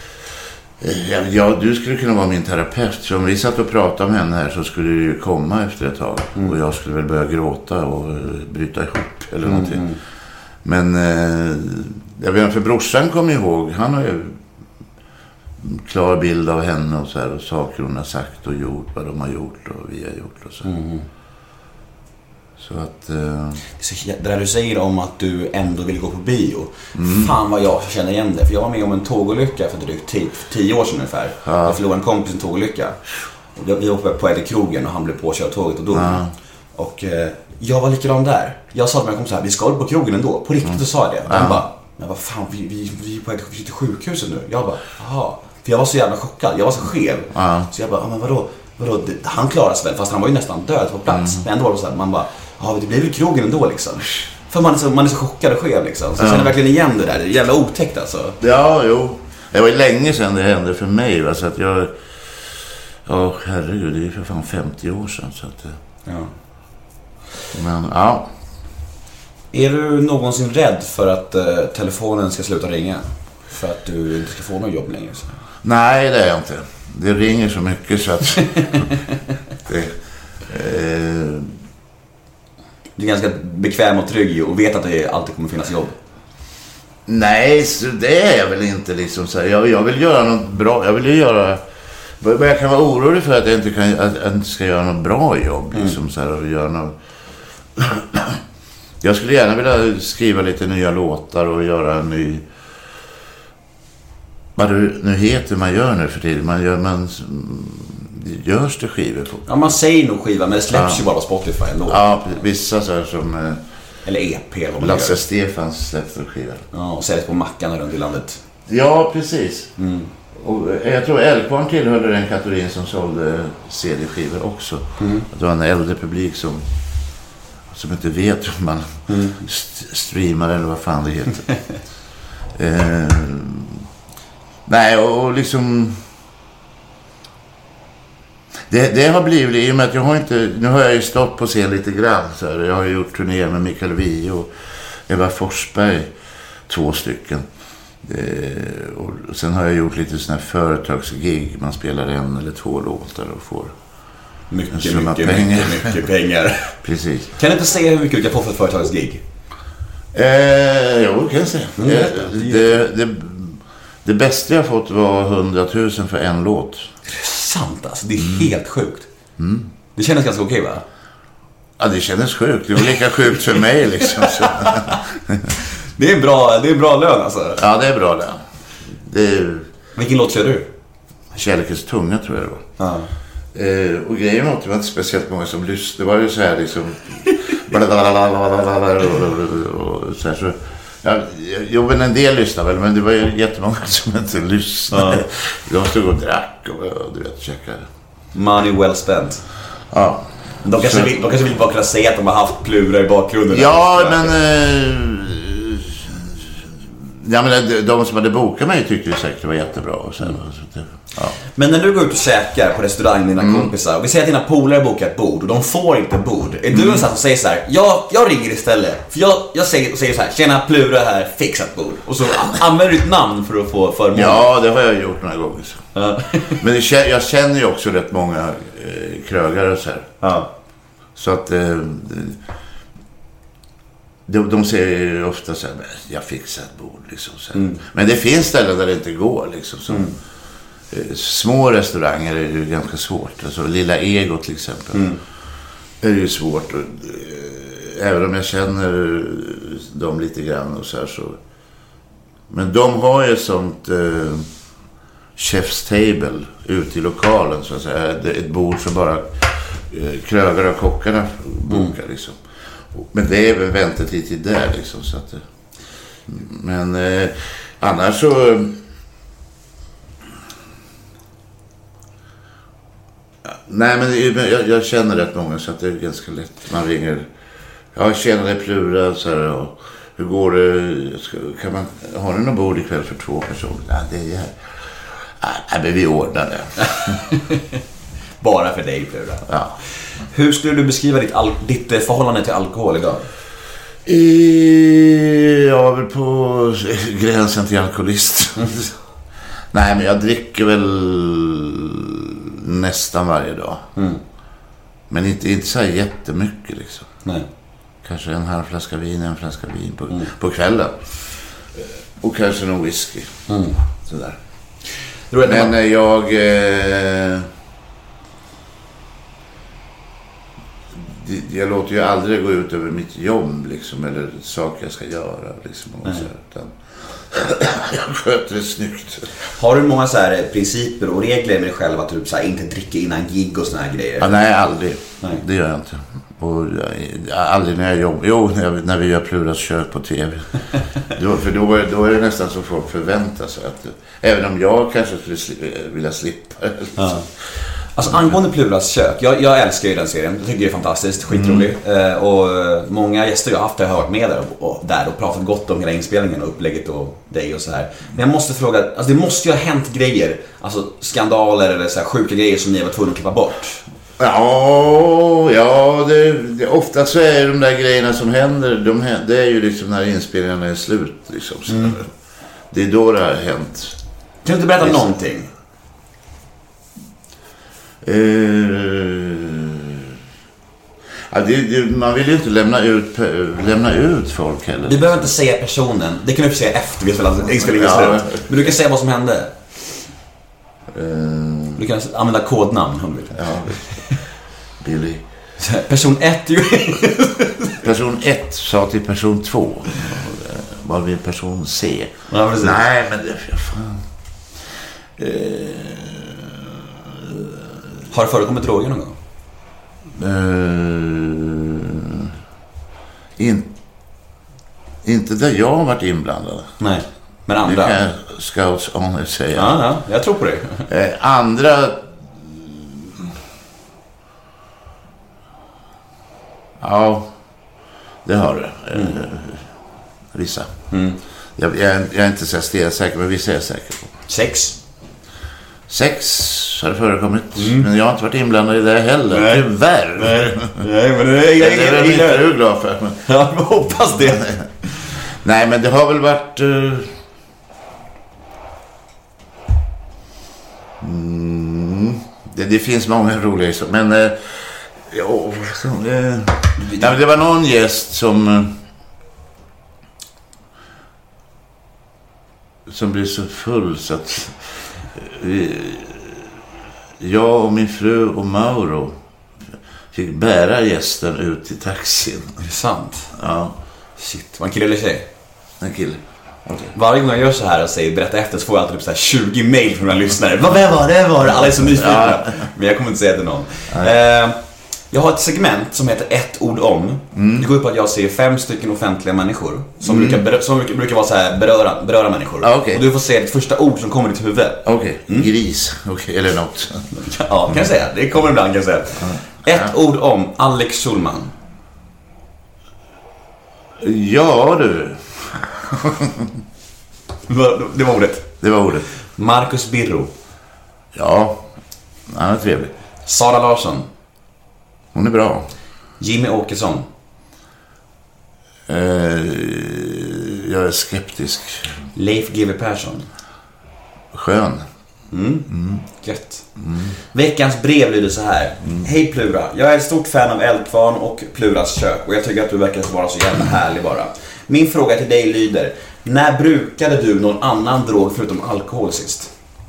Ja, ja, du skulle kunna vara min terapeut. Så om vi satt och pratade om henne här så skulle det ju komma efter ett tag. Mm. Och jag skulle väl börja gråta och bryta ihop eller mm. någonting. Men eh, jag vet inte, för brorsan kommer ihåg. Han har ju klar bild av henne och så här. Och saker hon har sagt och gjort. Vad de har gjort och vi har gjort och så. Mm. Så att... Eh... Det där du säger om att du ändå vill gå på bio. Mm. Fan vad jag känner igen det. För jag var med om en tågolycka för drygt tio, tio år sedan ungefär. Ja. Jag förlorade en kompis i en tågolycka. Vi åkte på Eddie krogen och han blev påkörd av tåget och dog. Ja. Och eh, jag var likadan där. Jag sa till mig kompis här, vi ska på krogen ändå. På riktigt så sa jag det. Och han ja. bara, men vad fan, vi, vi, vi är på väg till sjukhuset nu. Jag bara, jaha. För jag var så jävla chockad. Jag var så skev. Ja. Så jag bara, men vadå? vadå? Han klarade sig väl, fast han var ju nästan död på plats. Mm. Men ändå var det så här, man bara, ja, det blir väl krogen ändå liksom. För man är så, man är så chockad och skev liksom. Så jag känner verkligen igen det där. Det är jävla otäckt alltså. Ja, jo. Det var ju länge sedan det hände för mig. Va? Så att jag... Ja, herregud, det är ju för fan femtio år sedan. Så att, ja. Men, ja. Är du någonsin rädd för att uh, telefonen ska sluta ringa? För att du inte ska få något jobb längre? Så? Nej, det är jag inte. Det ringer så mycket så att... det, eh... Du är ganska bekväm och trygg och vet att det alltid kommer finnas jobb. Nej, så det är jag väl inte liksom så här. Jag, jag vill göra något bra. Jag vill ju göra... Men jag kan vara orolig för att jag inte, kan, att jag inte ska göra något bra jobb liksom, mm. så här, och göra något... Jag skulle gärna vilja skriva lite nya låtar och göra en ny... Vad du nu heter man gör nu för tiden. Man gör... Man, görs det skivor på? Ja, man säger nog skiva, men det släpps ja. ju bara på Spotify ändå. Ja, vissa så här som... Eller E P. Lasse Stefans släppte skiva. Ja, och säljs på mackarna runt i landet. Ja, precis. Mm. och jag tror Älvkvarn tillhörde den kategorin som sålde C D-skivor också. Mm. Att det var en äldre publik som, som inte vet hur man mm. st- streamar eller vad fan det heter. eh, nej, och, och liksom... Det, det har blivit, i och med att jag har inte... Nu har jag ju stått på scen lite grann. Så här, jag har ju gjort turnéer med Mikael Wiehe och Eva Forsberg. Två stycken. Eh, och sen har jag gjort lite såna här företagsgig. Man spelar en eller två låtar och får mycket, mycket, pengar. mycket, mycket pengar. Precis. Kan du inte säga hur mycket du kan få för ett företagsgig? Eh, jo, kan jag säga. Mm, eh, det, det, det bästa jag fått var hundratusen för en låt. Det är sant alltså, det är mm. helt sjukt. Mm. Det kändes ganska okej, va? Ja, det kändes sjukt. Det var lika sjukt för mig liksom. Så. Det är bra, det är bra lön alltså. Ja, det är bra lön. Det är... Vilken låt kör du? Kärlekens tunga tror jag det var. Ja. Eh, och grejen var att det var inte speciellt många som lyssnade. Det var ju så här liksom... och så här så... Ja, jo, men en del lyssnade väl, men det var ju jättemånga som inte lyssnade. Ja. De stod och drack och du vet, checkade. Money well spent. Ja. De kanske, så... vill, de kanske vill bara kunna säga att de har haft Plura i bakgrunden. Ja, men... Eh, ja, men de som hade bokat mig tyckte ju säkert det var jättebra. Och sen, mm. så det, ja. Men när du går ut och käkar på restaurang med dina mm. kompisar och vi säger att dina polare bokar ett bord och de får inte bord. Är du en sån som säger så här: jag, jag ringer istället. För jag, jag säger, säger så här: tjena Plura här, fixat bord. Och så använder du ett namn för att få förmån. Ja, det har jag gjort några gånger. Ja. Men det, jag känner ju också rätt många eh, krögare så här. Ja. Så att... Eh, De, de säger ofta så här: jag fixar ett bord liksom, så mm. Men det finns ställen där det inte går liksom, som, mm. eh, små restauranger är ju ganska svårt. Alltså, Lilla Ego till exempel mm. är ju svårt och, eh, även om jag känner dem lite grann och så här, så. Men de har ju ett sånt eh, chef's table ute i lokalen så att säga. Ett bord som bara eh, krögare och kockarna bokar mm. liksom. Men det är väl väntetid till där liksom, så att, men eh, annars så nej, men jag, jag känner rätt många så att det är ganska lätt. Man ringer, jag känner det Plura så här, och hur går det, ska, kan man, har ni någon bord ikväll för två personer? Ja, det är här. Ja, men vi ordnar det. Bara för dig, Plura. Ja. Hur skulle du beskriva ditt, al- ditt förhållande till alkohol idag? I, jag är väl på gränsen till alkoholist. Nej, men jag dricker väl nästan varje dag. Mm. Men inte, inte så här jättemycket liksom. Nej. Kanske en halv flaska vin, en flaska vin på, mm. på kvällen. Och kanske någon whisky. Mm. Sådär. Men man... jag... Eh... Jag låter ju aldrig gå ut över mitt jobb liksom, eller saker jag ska göra liksom, och så här, utan jag sköter det snyggt. Har du många så här principer och regler med dig själv att du så här, inte dricker innan gig och såna här grejer? Ja, nej, aldrig. Nej. Det gör jag inte. Och jag, aldrig när jag jobbar. Jo, när, jag, när vi gör Pluras kök på tv. då, för då, då är det nästan så folk förväntar sig att, även om jag kanske skulle sli, vilja slippa. Ja. Alltså angående Pluras kök, jag, jag älskar ju den serien. Jag tycker det är fantastiskt, skitrolig. Mm. eh, Och många gäster jag har haft har jag hört med där och, och, där och pratat gott om hela inspelningen och upplägget och dig och så här. Men jag måste fråga, alltså det måste ju ha hänt grejer, alltså skandaler eller så här sjuka grejer som ni var tvungna att klippa bort. Ja, ja det, det, ofta så är de där grejerna som händer, de, det är ju liksom när inspelningarna är slut liksom, så mm. Det är då det har hänt. Kan du inte berätta liksom någonting? Uh, ja, det, det, man vill ju inte lämna ut, lämna ut folk heller. Du behöver inte säga personen. Det kan du få säga efter vi spelar inspelningen ja. slut. Men du kan säga vad som hände. uh, Du kan använda kodnamn om du vill. Ja. Billy. Person ett. Person ett sa till person två. Var vi person C? Ja, nej, men det är fan. uh, Har det förekommit droger någon gång? Uh, in, inte där jag har varit inblandad. Nej. Men andra? Det kan Scouts Honor säga. Ja, ja, jag tror på det. Eh, andra... Ja, det har det. Mm. Eh, vissa. Mm. Jag, jag, jag är inte så säker, men vissa är jag säker på. Sex? Sex har det förekommit. Mm. Men jag har inte varit inblandad i det heller. Nej. Tyvärr. Nej, Nej men det är jag, det är inte du glad för. Men... Ja, jag hoppas det. Nej, men det har väl varit... Uh... Mm. Det, det finns många roliga så. Men... Uh... Jo, uh... ja, men det var någon gäst som... Uh... som blev så full så att... Uh... jag och min fru och Mauro fick bära gästen ut till taxin. Är det sant? Ja. Shit, var en kille eller tjej? En kille. Okay. Varje gång jag gör så här och säger berätta efter så får jag alltid typ så här tjugo mejl från mina lyssnare. Vad var det? Var det? Alla är så nyfikna. Ja. Men jag kommer inte säga till någon. Eh, jag har ett segment som heter ett ord om. Mm. Det går ut på att jag ser fem stycken offentliga människor som, mm. brukar, berö- som brukar, brukar vara så här beröra, beröra människor. Ah, okay. Och du får se det första ord som kommer i ditt huvud. Okej, okay. mm. Gris. Okej, okay. Eller något. Ja, kan jag säga. Det kommer ibland, kan jag säga. Mm. Ett ja. ord om Alex Schulman. Ja, du. Det var ordet. Det var ordet. Marcus Birro. Ja, han är trevlig. Sara Larsson. Hon är bra. Jimmy Åkesson. Eh, jag är skeptisk. Leif G W Persson. Skön. Mm. Mm. Gött. Mm. Veckans brev lyder så här. Mm. Hej Plura, jag är ett stort fan av Eldkvarn och Pluras kök. Och jag tycker att du verkar vara så jävla härlig bara. Min fråga till dig lyder: när brukade du någon annan drog förutom alkohol sist?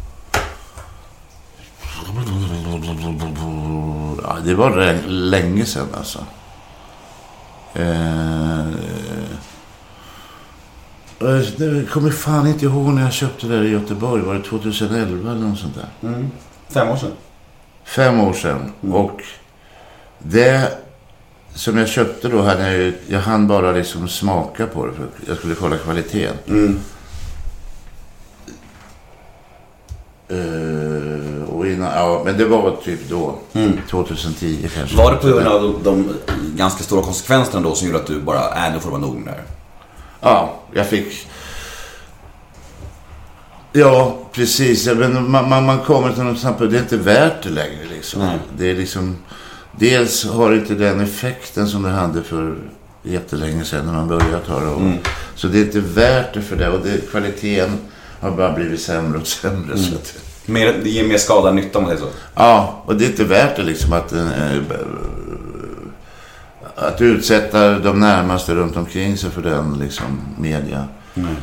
Ja, det var länge sedan alltså. Eh, jag kommer fan inte ihåg när jag köpte det där i Göteborg. Var det tjugoelva eller något sånt där? Mm. Fem år sedan. Fem år sedan. Mm. Och det som jag köpte då hade jag ju, jag hann bara liksom smaka på det för jag skulle kolla kvaliteten. Mm. Uh, och innan, ja, men det var typ då mm. tjugohundratio kanske. Var det på grund av de, de ganska stora konsekvenserna då som gjorde att du bara är äh, nu får vara nog där? Ja, jag fick. Ja, precis. Men man, man, man kommer till något exempel, det är inte värt det längre liksom. Mm. Det är liksom, dels har det inte den effekten som det hade för jättelänge sedan när man började ta det. Mm. Så det är inte värt det för det, och det, kvaliteten har bara blivit sämre och sämre. Mm. Så att, mer, det ger mer skada än nytta om det är så. Ja, och det är inte värt det liksom att äh, att utsätta de närmaste runt omkring sig för den liksom media. Mm.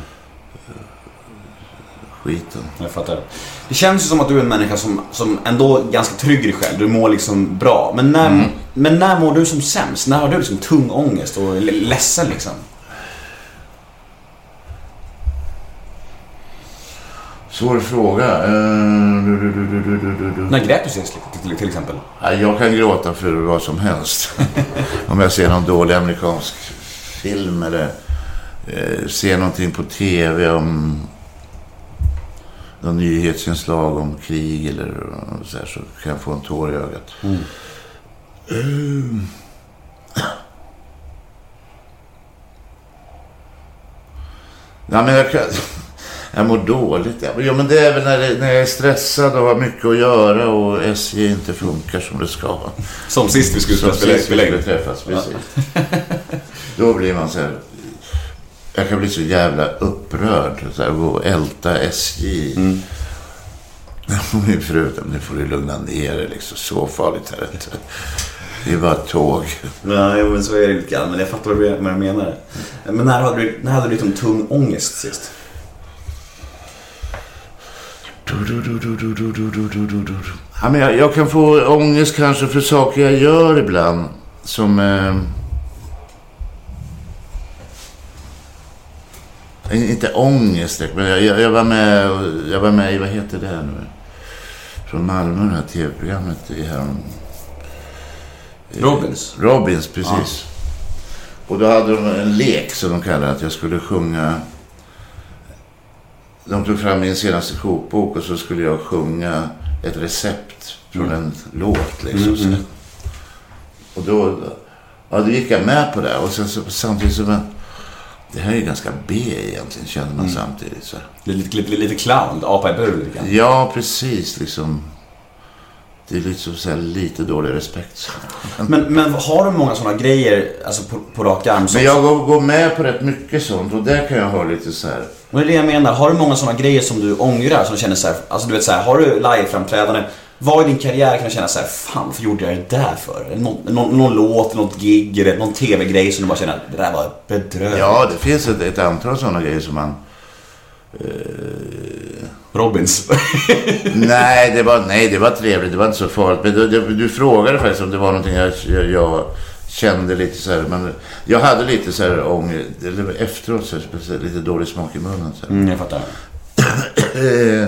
Skiten. Jag fattar. Det känns ju som att du är en människa som, som ändå är ganska trygg i dig själv. Du mår liksom bra. Men när, mm. men när mår du som sämst? När har du liksom tung ångest och ledsen liksom? Svår fråga. Uh, du, du, du, du, du, du. När grät du sist till, till exempel? Ja, jag kan gråta för vad som helst. Om jag ser någon dålig amerikansk film eller eh, ser någonting på tv om någon nyhetsinslag om krig eller så här, så kan jag få en tår i ögat. Mm. Uh. Ja, men jag kan... Jag mår dåligt. Ja, men det är väl när, det, när jag är stressad och har mycket att göra och S J inte funkar som det ska. Som sist vi skulle som spela sist vi skulle träffas, precis. Ja. Då blir man så här... Jag kan bli så jävla upprörd så här, och älta S J. Mm. Min fru, nu får du lugna ner det liksom. Så farligt här inte. Det är bara ett tåg. Ja, men så är det lite grann. Men jag fattar vad du menar. Men när hade du, när hade du liksom tung ångest sist? Ja, men jag, jag kan få ångest kanske för saker jag gör ibland. Som... Eh, inte ångest, men jag, jag, jag var med... Jag var med i, vad heter det här nu? Från Malmö, det här tv-programmet i här... Robins. Robins, precis. Ja. Och då hade de en lek som de kallade att jag skulle sjunga de tog fram min senaste kokbok och så skulle jag sjunga ett recept från mm. en låt liksom. Mm, mm. Och då, ja, då gick jag med på det. Och sen så, samtidigt så, men, det här är ju ganska B egentligen, känner man mm. samtidigt. Så. Det är lite, lite, lite clown, apa i bur. Ja, precis, liksom. Det är lite, så här, lite dålig respekt. Men, men har du många sådana grejer alltså på, på rak arm? Men jag går, går med på rätt mycket sånt. Och där kan jag ha lite så här. Och det är det jag menar. Har du många sådana grejer som du ångrar? Som känner så här, alltså du vet så här, har du live-framträdande? Vad i din karriär kan du känna så här, fan, varför gjorde jag det där för? Någon, någon, någon låt, något gig eller någon tv-grej som du bara känner, det där var bedrövligt. Ja, det finns ett, ett antal sådana grejer som man... Eh... Robins. nej, det var, nej, det var trevligt. Det var inte så farligt. Men du, du, du frågade faktiskt om det var någonting jag, jag, jag kände lite så här. Men jag hade lite så här ånger. Eller efteråt så här, lite dålig smak i munnen. Så här. Mm, jag fattar. eh,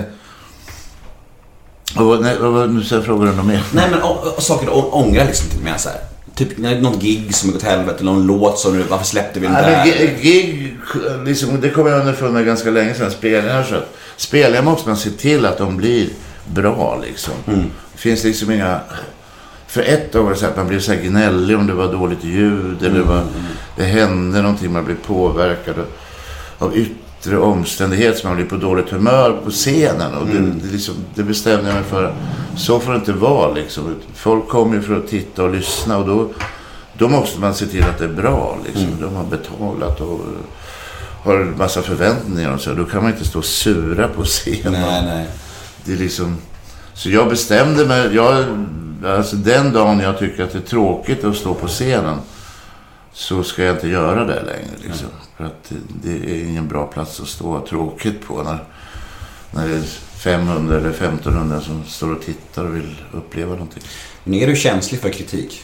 och, nej, och, nu så frågar du något mer. Nej, men och, och, saker du ångrar liksom lite mer så här. Typ någon gig som har gått helvete eller någon låt som du, varför släppte vi den där? G- gig, liksom, det kommer jag underfund med ganska länge sedan. Spelningar så att spelningar måste man se till att de blir bra liksom. Mm. Det finns liksom inga... För ett år var det så att man blev så här gnällig om det var dåligt ljud eller mm. var, det hände någonting, man blev påverkad av yttre omständigheter som man blir på dåligt humör på scenen. Och mm. det, det, liksom, det bestämde jag mig för. Så får det inte vara liksom. Folk kommer ju för att titta och lyssna och då, då måste man se till att det är bra liksom. Mm. De har betalat och har en massa förväntningar och så. Då kan man inte stå sura på scenen. Nej, nej. Det är liksom... Så jag bestämde mig... Jag, alltså den dagen jag tycker att det är tråkigt att stå på scenen så ska jag inte göra det längre liksom. Mm. För att det, det är ingen bra plats att stå tråkigt på när, när det är femhundra eller femtonhundra som står och tittar och vill uppleva någonting. Men är du känslig för kritik?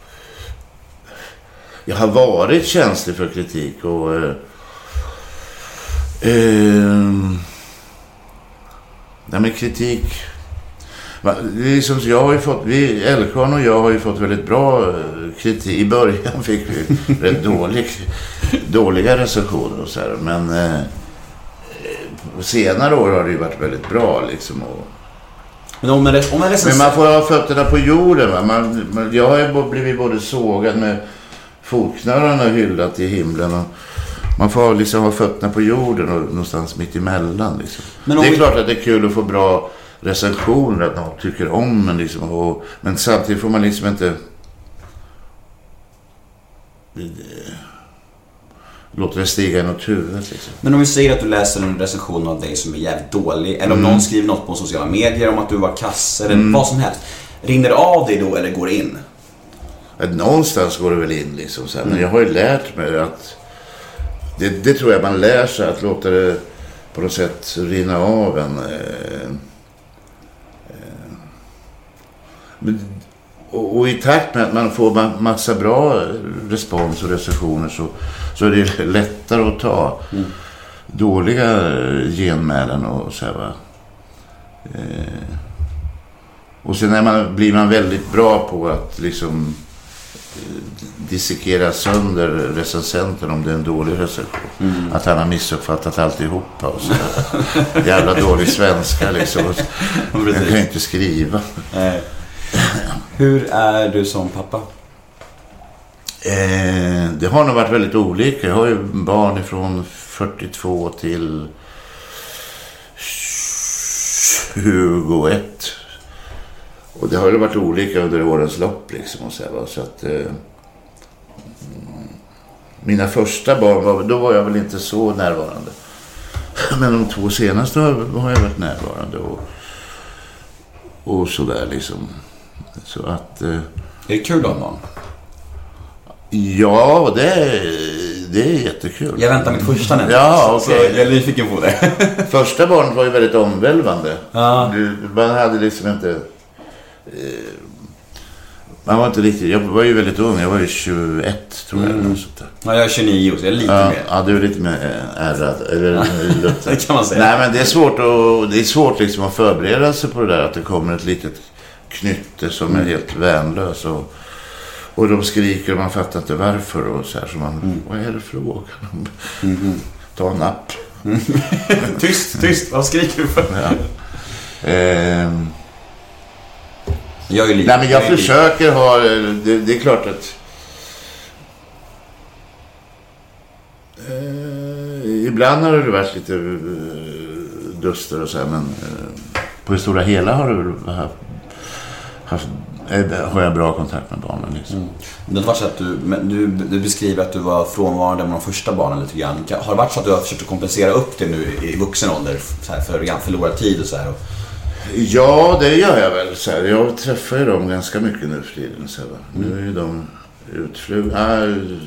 Jag har varit känslig för kritik och... Eh, eh, nej men kritik... Det är som jag har ju fått, vi, Elkan och jag har ju fått väldigt bra kritik. I början fick vi rätt dålig, dåliga recensioner och så här. Men eh, på senare år har det ju varit väldigt bra liksom. Och, men, om man, om man men man får ha fötterna på jorden. Va? Man, man, jag har ju blivit både sågad med fotknölarna hyllat i himlen och man får liksom ha fötterna på jorden och någonstans mitt emellan liksom. Men det är vi... klart att det är kul att få bra recensioner, att någon tycker om en liksom, och, men samtidigt får man liksom inte låta det stiga i något huvud liksom. Men om vi säger att du läser en recension av dig som är jävligt dålig, eller om mm. någon skriver något på sociala medier om att du var kass eller mm. vad som helst, rinner det av dig då eller går det in? Att någonstans går det väl in liksom, så här. Mm. Men jag har ju lärt mig att det, det tror jag man lär sig, att låta det på något sätt rinna av en eh, Och, och i takt med att man får massa bra respons och recensioner så, så är det lättare att ta mm. dåliga genmälen och så här, va. Eh, och sen är man, blir man väldigt bra på att liksom eh, dissekera sönder recensenten om det är en dålig recension. Mm. Att han har missuppfattat alltihopa och så där. Jävla dålig svenska liksom. Jag kan inte skriva. Nej. Hur är du som pappa? Eh, det har nog varit väldigt olika. Jag har ju barn ifrån fyrtiotvå till tjugoett. Och det har ju varit olika under årens lopp liksom. Och så här, så att, eh, mina första barn, var, då var jag väl inte så närvarande. Men de två senaste har, har jag varit närvarande. Och, och sådär liksom. Så att... Eh, är det kul då någon? Ja, det är, det är jättekul. Jag väntar mitt första nu. Ja, okej. Okay. Jag är nyfiken på det. Första barnet var ju väldigt omvälvande. Ja. Du, man hade liksom inte... Eh, man var inte riktigt... Jag var ju väldigt ung. Jag var ju tjugoett, tror jag. Mm. Sånt där. Ja, jag är tjugonio, så jag är lite ja, mer. Ja, du är lite mer ärrad. Eller, det kan man säga. Nej, men det är svårt, att, det är svårt liksom att förbereda sig på det där. Att det kommer ett litet knytte som mm. är helt vänlös. Och, och de skriker och man fattar inte varför. Och så här, så man, mm. vad är det frågan om? Mm. Ta en napp. Mm. tyst, tyst. Vad skriker du för? Ja. Ehm. Jag är lite. Nej, men jag försöker ha... Det, det är klart att... Eh, ibland har det varit lite eh, duster och så här, men eh, på det stora hela har det haft, haft, eh, har jag bra kontakt med barnen. Liksom. Mm. Det har varit så att du, men du, du beskriver att du var frånvarande med de första barnen lite grann. Har det varit så att du har försökt kompensera upp det nu i vuxen ålder så här, för förlorad tid och så här? Och... Ja, det gör jag väl. Så här. Jag träffar ju dem ganska mycket nu för tiden. Så här. Mm. Nu är de utflugna.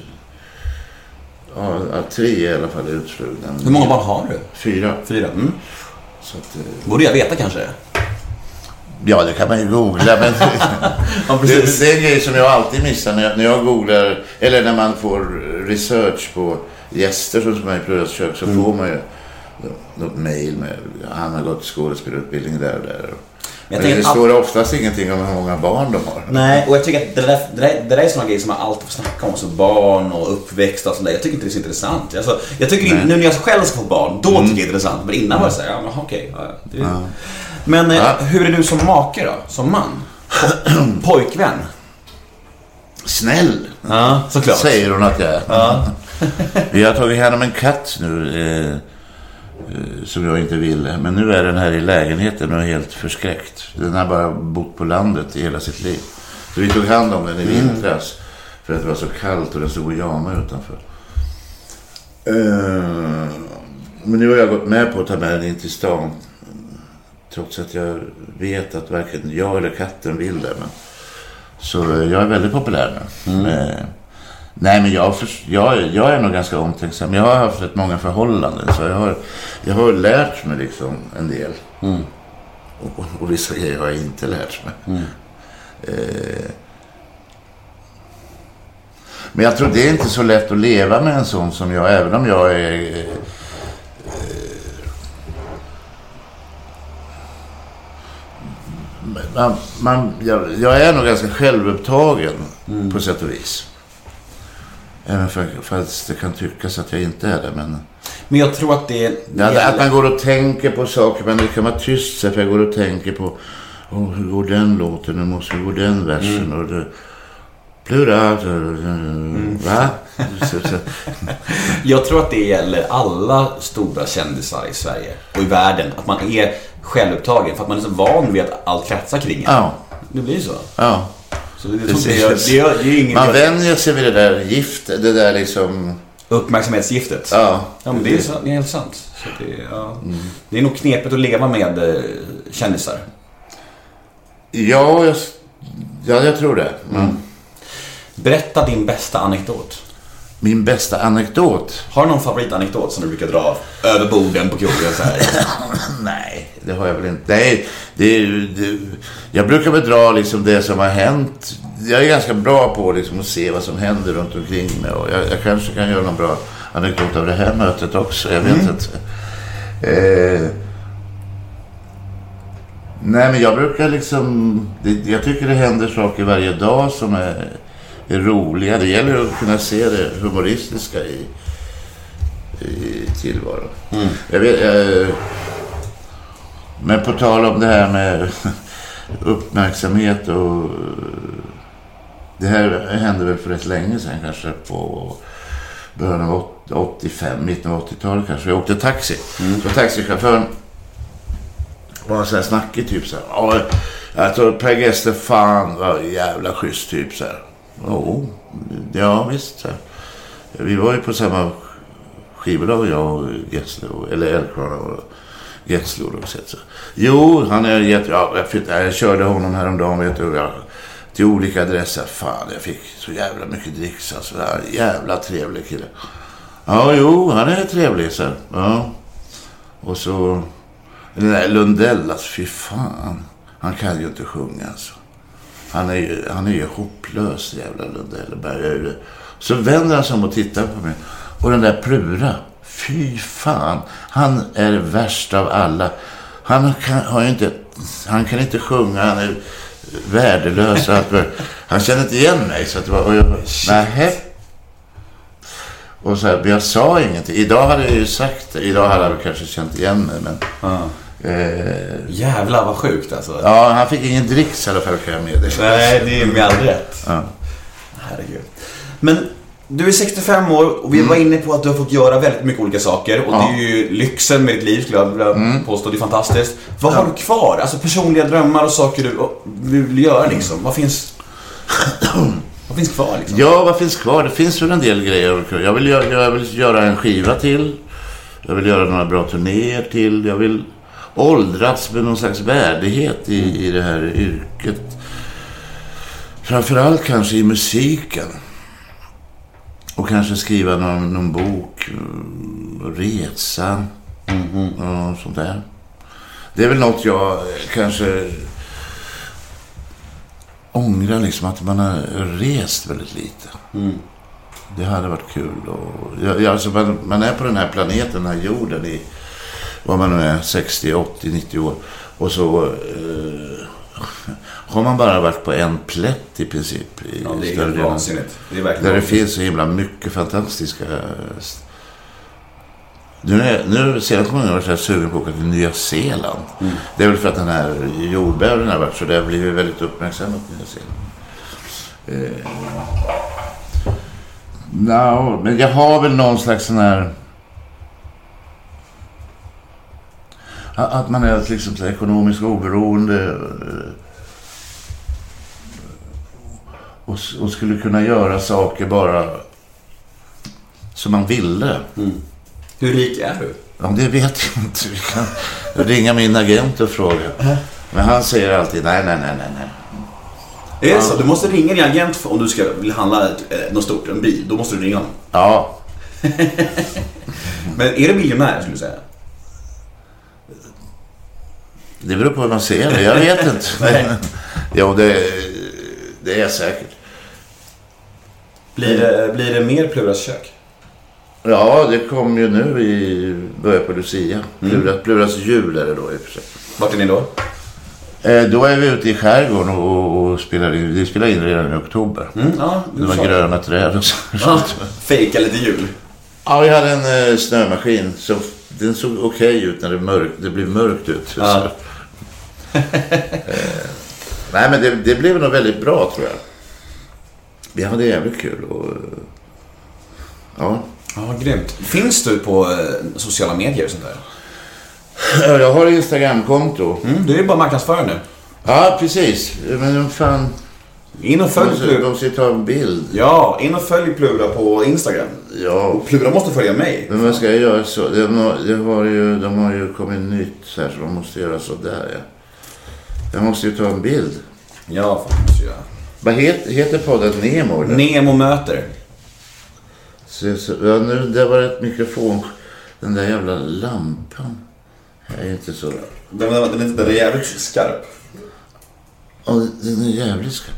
Ja, tre i alla fall är utflugna. Hur många barn har du? Fyra. Fyra, mm. Så att, borde jag veta kanske? Ja, det kan man ju googla. Men ja, det, det är en grej som jag alltid missar när jag, när jag googlar. Eller när man får research på gäster som är i Plurals kök. Så mm. får man ju något mejl med han har gått skådespelutbildning där och där. Men men det står all... oftast ingenting om hur många barn de har. Nej, och jag tycker att det där, det där, det där är såna grejer som man alltid får snacka om. Så barn och uppväxt och sånt där. Jag tycker inte det är så intressant. Alltså, jag tycker in, nu när jag själv ska få barn, då mm. tycker jag det är intressant. Men innan var det så här, ja men okej. Ja, det är... ja. Men ja. Hur är du som make då? Som man? Po- pojkvän? Snäll. Ja, såklart. Säger hon att jag är. Ja. Vi har tagit hand om en katt nu. Eh... som jag inte ville. Men nu är den här i lägenheten och är helt förskräckt. Den har bara bott på landet i hela sitt liv. Så vi tog hand om den i vintras. För att det var så kallt och den stod och jamade utanför. Uh, men nu har jag gått med på att ta med den in till stan. Trots att jag vet att varken jag eller katten vill det. Men... Så jag är väldigt populär nu. Mm. Uh, Nej, men jag, för, jag, jag är nog ganska omtänksam. Jag har haft rätt många förhållanden. Så jag har, jag har lärt mig liksom en del. Mm. Och, och vissa grejer har jag inte lärt mig. Mm. Eh, men jag tror det är inte så lätt att leva med en sån som jag. Även om jag är... Eh, man, man, jag, jag är nog ganska självupptagen mm. på sätt och vis. Även för, fast det kan tyckas att jag inte är det, men... Men jag tror att det... det att, att man går och tänker på saker, men det kan vara tyst så för jag går och tänker på oh, hur går den låten, hur måste gå den versen mm. och det... Plura, mm. va? Jag tror att det gäller alla stora kändisar i Sverige och i världen, att man är självupptagen för att man är så van vid att allt kretsar kring en. Ja. Det blir så. Ja. Så det, det, det, det, det är ingen man vänjer sig vid det där giftet, det där liksom... Uppmärksamhetsgiftet. Ja. Ja, men det är, så, det är helt sant. Så det, ja. mm. det är nog knepigt att leva med eh, kändisar. Ja, jag, ja, jag tror det. Mm. Mm. Berätta din bästa anekdot. Min bästa anekdot? Har du någon favoritanekdot som du brukar dra över borden på krogen så här? Nej, det har jag väl inte. Nej, det, det, jag brukar väl dra liksom det som har hänt. Jag är ganska bra på liksom att se vad som händer runt omkring mig. Och jag, jag kanske kan göra någon bra anekdot av det här mötet också. Jag vet mm. inte. Eh, nej, men jag brukar liksom... Det, jag tycker det händer saker varje dag som är... är roliga. Det gäller att kunna se det humoristiska i, i tillvaron. Mm. Jag vet, jag, men på tal om det här med uppmärksamhet och det här hände väl för rätt länge sedan, kanske på början av åttiofem, mitten av åttiotalet kanske. Jag åkte taxi. Mm. Så taxichauffören var så här snackig typ så här. Jag tror Per Gessle fan var jävla schysst typ så här. Oh, ja visst. Vi var ju på samma skivbolag, jag och Gessle, eller Elkrona och Gessle och så. Jo, han är jätte... Ja, jag, jag körde honom häromdagen, vet du, jag, till olika adresser. Fan, jag fick så jävla mycket dricks. Alltså, jävla trevlig kille. Ja, jo, han är trevlig, så. Ja. Och så... Den där Lundell, alltså, fy fan. Han kan ju inte sjunga, alltså. Han är ju, han är ju hopplös, jävla Lundell. Så vänder han sig om och tittar på mig. Och den där Plura, fy fan. Han är värst av alla. Han kan, har ju inte, han kan inte sjunga, han är värdelös. Han känner inte igen mig. Så att det var, och jag, nähä. Och så här, men jag sa ingenting. Idag hade jag ju sagt det. Idag hade jag kanske känt igen mig. Men, Ja. eh, Jävlar vad sjukt alltså. ja, han fick ingen dricks i alla fall, kan jag med det. Nej, det är med all rätt. Ja. Herregud. Men du är sextiofem år och vi var inne på att du har fått göra väldigt mycket olika saker. Och Ja. det är ju lyxen med ditt liv, skulle jag vilja påstå. Det är fantastiskt. Vad har du kvar? Alltså personliga drömmar och saker du du vill göra liksom. Vad finns Vad finns kvar liksom? Ja, vad finns kvar? Det finns väl en del grejer. Jag vill, göra, jag vill göra en skiva till. Jag vill göra några bra turnéer till. Jag vill åldras med någon slags värdighet i, i det här yrket. Framförallt kanske i musiken. Och kanske skriva någon, någon bok. Resa. Mm-hmm. Och sånt där. Det är väl något jag kanske ångrar liksom, att man har rest väldigt lite. Mm. Det hade varit kul. Och, ja, alltså man, man är på den här planeten, den här jorden i vad man nu är, sextio, åttio, nittio år. Och så eh, har man bara varit på en plätt i princip. I Ja, det är större helt delen. vansinnigt. Det är verkligen Där det vansinnigt. finns så himla mycket fantastiska. Nu, är, nu sedan kommer jag vara sugen på att åka till Nya Zeeland. Mm. Det är väl för att den här jordbävningen har varit så där blir vi väldigt uppmärksamma på Nya Zeeland. Eh, no, men jag har väl någon slags sån här att man är liksom så ekonomiskt oberoende och, och skulle kunna göra saker bara som man ville. Mm. Hur rik är du? Ja, det vet jag inte. Vi kan ringa min agent och fråga. Men han säger alltid nej, nej, nej, nej, nej. Är det så? Du måste ringa din agent om du ska vill handla ett, eh, något stort, en bil. Då måste du ringa honom. Ja. Men är du miljonär, skulle du säga? Det beror på hur man ser det. Jag vet inte. Nej. Jo, det, det är säkert. Blir det, blir det mer Pluras kök? Ja, det kom ju nu i början på Lucia. Pluras, Pluras jul är det då i och för sig. Vart är ni då? Eh, då är vi ute i skärgården och, och spelar in. Vi spelar in redan i oktober. Mm, ja, det var gröna träd och så. Ja, fejka lite jul. Ja, vi hade en eh, snömaskin. Så den såg okej okay ut när det, mörk, det blev mörkt ut. Ja. eh, nej, men det, det blev nog väldigt bra, tror jag. Vi hade jävligt kul. Och, ja. Ja, grymt. Finns du på eh, sociala medier och sånt där? Jag har Instagramkonto. Mm, du är bara marknadsförare nu. Ja, precis. Men de fan... In och följ Plura. De ska ta en bild. Ja, in och följ Plura på Instagram. Ja. Och Plura måste följa mig. Men vad ska jag göra så? De har, de har, ju, de har ju kommit nytt så här, så de måste göra så där. Ja. Jag måste ju ta en bild. Ja, faktiskt ja. Vad heter, heter podden Nemo? Eller? Nemo möter. Så, så, ja, nu, det var ett mikrofon. Den där jävla lampan. Jag är inte så... Den, den, den, den är jävligt skarp. Ja, den är jävligt skarp.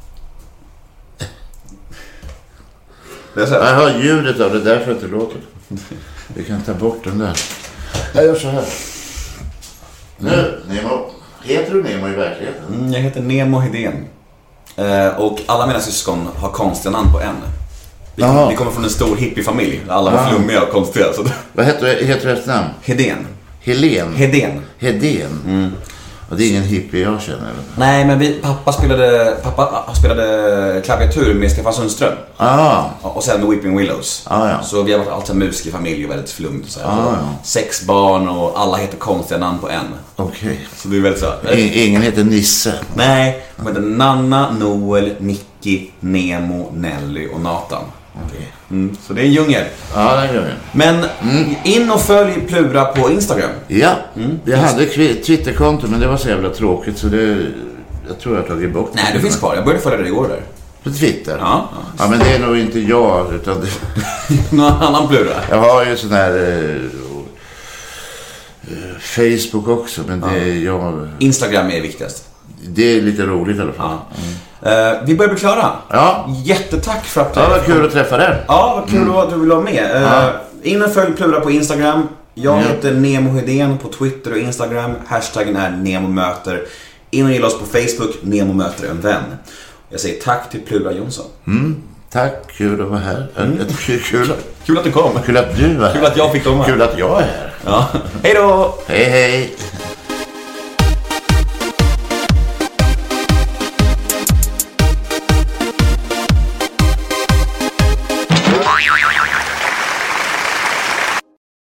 Det är så här. Jag hör ljudet av det, därför att det låter. Vi kan ta bort den där. Jag gör så här. Nu, Nemo. Heter du Nemo i verkligheten? Mm, jag heter Nemo Hedén. Eh, och alla mina syskon har konstiga namn på en. Vi, Jaha. vi kommer från en stor hippiefamilj. Alla var Jaha. flummiga och konstiga. Så. Vad heter, heter du efternamn? Hedén. Helen? Hedén. Hedén? Mm. Och det är ingen hippie jag känner, eller? Nej, men vi, pappa spelade pappa spelade klaviatur med Stefan Sundström. Ah. Och sen med Weeping Willows. Ah, ja. Så vi har varit alltid musikerfamilj och väldigt flumt. Så här. Ah, så ja. Sex barn och alla heter konstiga namn på en. Okej. Okay. Så det är väldigt så här. I, ingen heter Nisse? Nej, de heter Nanna, Noel, Nicky, Nemo, Nelly och Nathan. Okay. Mm, så det är en djungel. Ja, det gör vi. Men mm. in och följ Plura på Instagram. Ja, mm. jag hade Twitterkonto, men det var så jävla tråkigt så det, jag tror jag har tagit bort. Nej, det finns kvar. Jag började följa det igår där. På Twitter? Ja. Ja, men det är nog inte jag, utan det... Någon annan Plura. Jag har ju sån här eh, eh, Facebook också, men det är ja. jag... Instagram är viktigast. Det är lite roligt i alla fall. Ja. Mm. Uh, vi börjar bli klara. Ja. Jättetack för att... Ja, vad kul att träffa dig. Ja, vad kul mm. att du vill vara med. Uh, ja. In och följ Plura på Instagram. Jag mm. heter Nemo Hedén på Twitter och Instagram. Hashtaggen är Nemo möter. In och gilla oss på Facebook. Nemo möter en vän. Jag säger tack till Plura Jonsson. Mm. Tack, kul att vara här. Mm. Kul, kul, kul att du kom. Kul att du var här. Kul att jag fick komma. Kul att jag är här. Ja. Hej då! Hej, hej.